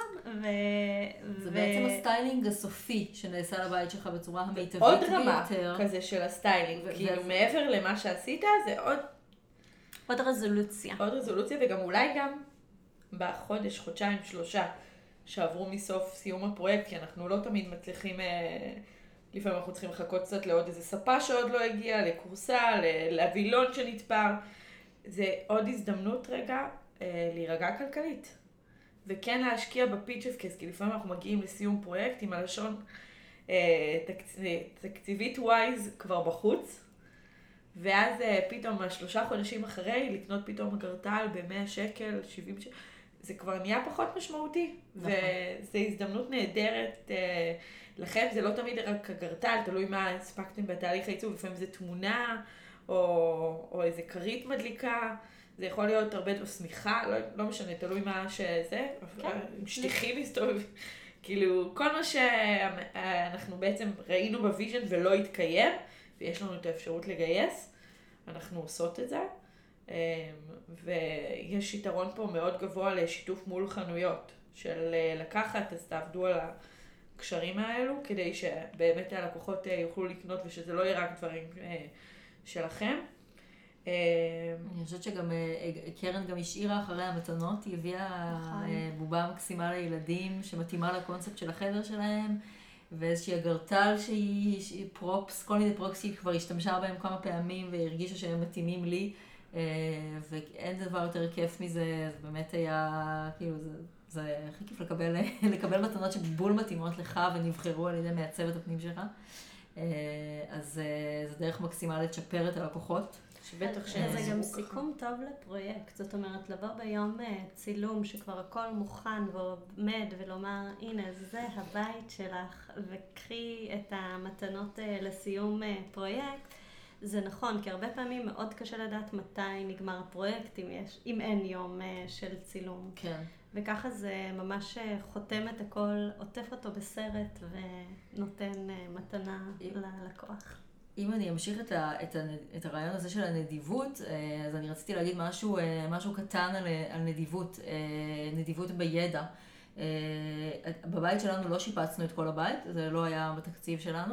זה בעצם הסטיילינג הסופי שנעשה לבית שלך בצורה המיטבית ביותר. עוד רמה כזה של הסטיילינג, כאילו מעבר למה שעשית, זה עוד רזולוציה. עוד רזולוציה, וגם אולי גם בחודש, חודשיים, 3, שעברו מסוף סיום הפרויקט, כי אנחנו לא תמיד מצליחים... לפעמים אנחנו צריכים לחכות קצת לעוד איזה ספה שעוד לא הגיעה, לקורסה, לווילון שנתפר. זה עוד הזדמנות רגע להירגע כלכלית. וכן להשקיע בפיצ'פקס, כי לפעמים אנחנו מגיעים לסיום פרויקט עם הלשון תקציבית ווייז כבר בחוץ. ואז פתאום 3 חודשים אחרי לקנות פתאום אגרטל ב100 שקל, 70 שקל. זה כבר נהיה פחות משמעותי. נכון. וזו הזדמנות נהדרת לכם. זה לא תמיד רק אגרטל, תלוי מה הספקתם בתהליך העיצוב. לפעמים זה תמונה או איזה כרית מדליקה. זה יכול להיות הרבה או סמיכה, לא משנה, תלוי מה שזה. כן. שטיחים מסתובבים. כאילו, כל מה שאנחנו בעצם ראינו בוויז'ן ולא התקיים, ויש לנו את האפשרות לגייס, אנחנו עושות את זה. ויש יתרון פה מאוד גבוה לשיתוף מול חנויות, של לקחת, אז תעבדו על הקשרים האלו, כדי שבאמת הלקוחות יוכלו לקנות, ושזה לא יהיה רק דברים שלכם. אני חושבת שגם קרן גם השאירה אחרי המתנות, היא הביאה בובה מקסימה לילדים שמתאימה לקונספט של החדר שלהם, ואיזושהי אגרטל שהיא פרופס, כל מיני פרופס שהיא כבר השתמשה בהם כמה פעמים והרגישה שהם מתאימים לי, ואין דבר יותר כיף מזה, זה באמת היה, כאילו, זה הכי כיף לקבל מתנות שבול מתאימות לך ונבחרו על ידי מעצבת הפנים שלך. אז זה דרך מקסימה לצ'פר את הלקוחות. שבטח זה גם סיכום טוב לפרויקט, זאת אומרת, לבוא ביום צילום שכבר הכל מוכן ועומד ולומר, הנה, זה הבית שלך, וקחי את המתנות לסיום פרויקט, זה נכון, כי הרבה פעמים מאוד קשה לדעת מתי נגמר הפרויקט, אם אין יום של צילום. כן. וככה זה ממש חותם את הכל, עוטף אותו בסרט ונותן מתנה ללקוח. אם אני אמשיך את הרעיון הזה של הנדיבות, אז אני רציתי להגיד משהו קטן על נדיבות, נדיבות בידע. בבית שלנו לא שיפצנו את כל הבית, זה לא היה בתקציב שלנו,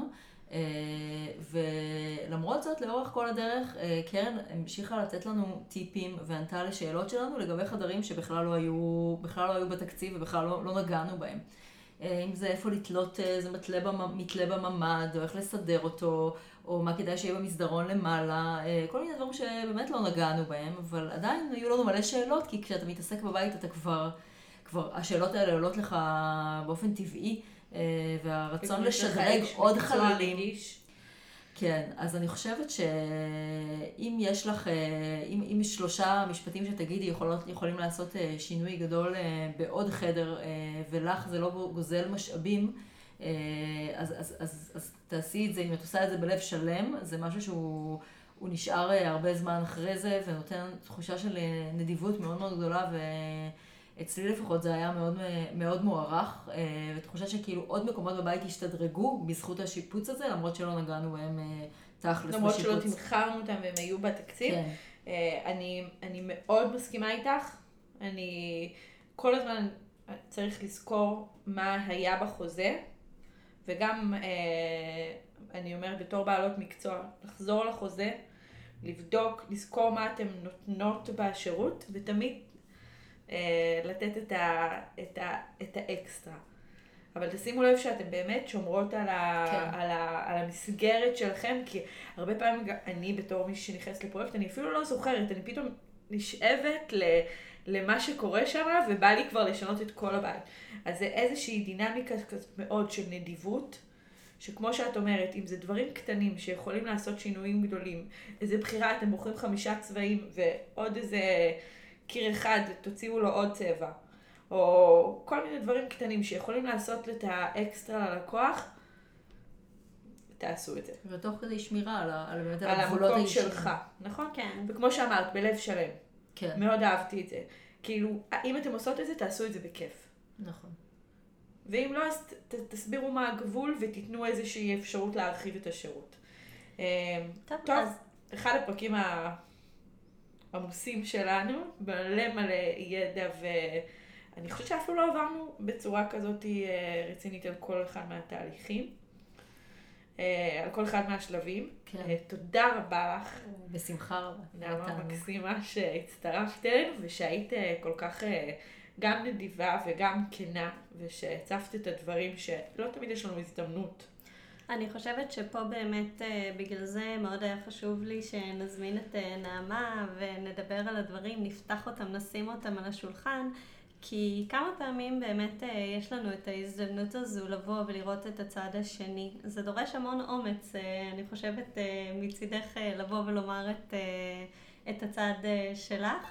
ולמרות זאת, לאורך כל הדרך, קרן המשיכה לתת לנו טיפים וענתה לשאלות שלנו לגבי חדרים שבכלל לא היו בתקציב ובכלל לא נגענו בהם. אם זה איפה לתלות איזה מתלה בממד, או איך לסדר אותו, או מה כדאי שיהיה במסדרון למעלה, כל מיני דברים שבאמת לא נגענו בהם, אבל עדיין היו לנו מלא שאלות, כי כשאתה מתעסק בבית אתה כבר השאלות האלה עולות לך באופן טבעי, והרצון לשדרג עוד חללים. כן, אז אני חושבת שאם יש לך, אם 3 משפטים שתגידי יכולים לעשות שינוי גדול בעוד חדר, ולך זה לא גוזל משאבים, אז תעשי את זה, אם את עושה את זה בלב שלם, זה משהו שהוא נשאר הרבה זמן אחרי זה, ונותן תחושה של נדיבות מאוד מאוד גדולה, אצלי לפחות זה היה מאוד, מאוד מוערך, ותחושה שכאילו עוד מקומות בבית השתדרגו בזכות השיפוץ הזה, למרות שלא נגענו בהם תכלס בשיפוץ. למרות שלא תמכרנו אותם והם היו בתקציב. כן. אני מאוד מסכימה איתך. אני כל הזמן צריך לזכור מה היה בחוזה, וגם אני אומרת בתור בעלות מקצוע, לחזור לחוזה, לבדוק, לזכור מה אתם נותנות בשירות, ותמיד לתת את האקסטרה. אבל תשימו לב שאתם באמת שומרות על המסגרת שלכם, כי הרבה פעמים אני בתור מי שנכנס לפרויקט, אני אפילו לא זוכרת, אני פתאום נשאבת למה שקורה שם, ובא לי כבר לשנות את כל הבית. אז זה איזושהי דינמיקה מאוד של נדיבות, שכמו שאת אומרת, אם זה דברים קטנים שיכולים לעשות שינויים גדולים, איזה בחירה, אתם בוחרים 5 צבעים ועוד איזה קיר אחד, תוציאו לו עוד צבע, או כל מיני דברים קטנים שיכולים לעשות את האקסטרה ללקוח, תעשו את זה. ותוך כדי שמירה על המקום שלך, נכון? כן. וכמו שאמרת, בלב שלם. כן. מאוד אהבתי את זה. כאילו, אם אתם עושות את זה, תעשו את זה בכיף. נכון. ואם לא, אז תסבירו מה הגבול ותיתנו איזושהי אפשרות להרחיב את השירות. טוב, אחד הפרקים העמוסים שלנו, מלא ידע, ואני חושבת שאפילו לא עברנו בצורה כזאת רצינית על כל אחד מהתהליכים, על כל אחד מהשלבים. כן. תודה רבה לך. בשמחה רבה. נעמה מקסימה שהצטרפתן ושהיית כל כך גם נדיבה וגם כנה, ושהצפת את הדברים שלא תמיד יש לנו הזדמנות. אני חושבת שפה באמת בגלל זה מאוד היה חשוב לי שנזמין את נעמה ונדבר על הדברים, נפתח אותם, נשים אותם על השולחן, כי כמה פעמים באמת יש לנו את ההזדמנות הזו לבוא ולראות את הצד השני. זה דורש המון אומץ, אני חושבת מצידך לבוא ולומר את הצד שלך.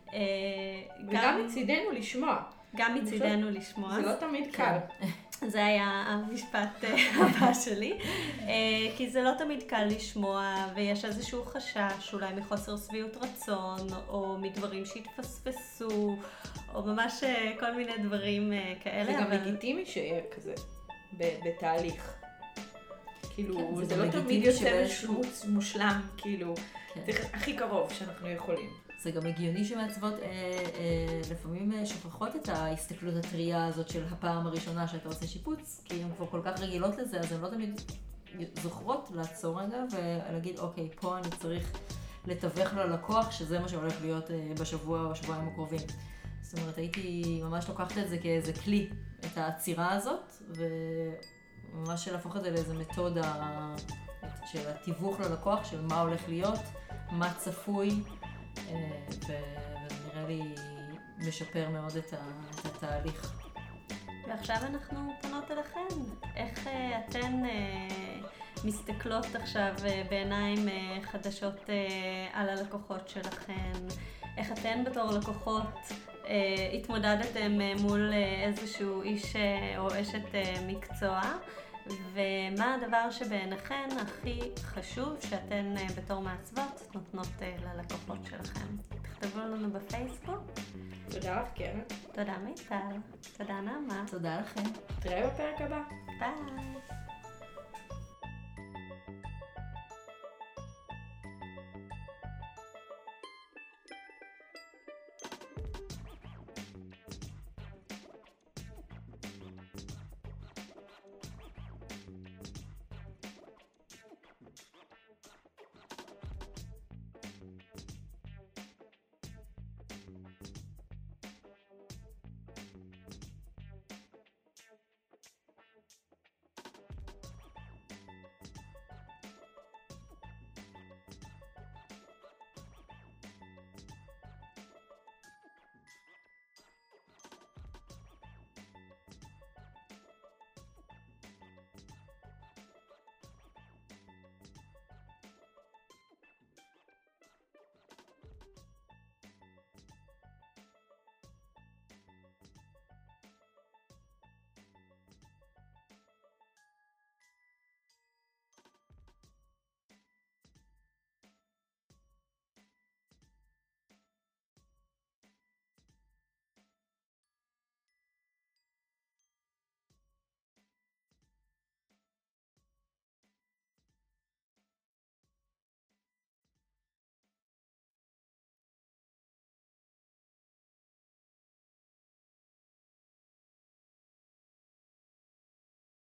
וגם מצידנו לשמוע. גם מצידנו לשמוע. זה לא תמיד קל. זה היה המשפט הבא שלי, כי זה לא תמיד קל לשמוע, ויש איזשהו חשש, אולי מחוסר שביעות רצון, או מדברים שהתפספסו, או ממש כל מיני דברים כאלה. זה גם לגיטימי שיהיה כזה, בתהליך. כאילו, זה לא תמיד יוצא מושלם, כאילו, זה הכי קרוב שאנחנו יכולים. זה גם הגיוני שמעצבות לפעמים שוכחות את ההסתכלות הטריה הזאת של הפעם הראשונה שאתה עושה שיפוץ, כי הן כבר כל כך רגילות לזה, אז הן לא תמיד זוכרות לעצור רגע ולהגיד, אוקיי, פה אני צריך לתווך ללקוח, שזה מה שהולך להיות בשבוע או בשבועיים הקרובים. זאת אומרת, הייתי ממש לוקחת את זה כאיזה כלי, את העצירה הזאת, וממש להפוך את זה לאיזה מתודה של התיווך ללקוח, של מה הולך להיות, מה צפוי, ונראה לי משפר מאוד את התהליך. ועכשיו אנחנו פונות אליכם. איך אתן מסתכלות עכשיו בעיניים חדשות על הלקוחות שלכם? איך אתן בתור לקוחות התמודדתם מול איזשהו איש או אשת מקצוע? ומה הדבר שבעיניכן הכי חשוב שאתן בתור מעצבות נותנות ללקוחות שלכם? תכתבו לנו בפייסבוק. תודה לך, קרן. תודה מיטל. תודה נעמה. תודה לכם. תראה בפרק הבא. ביי.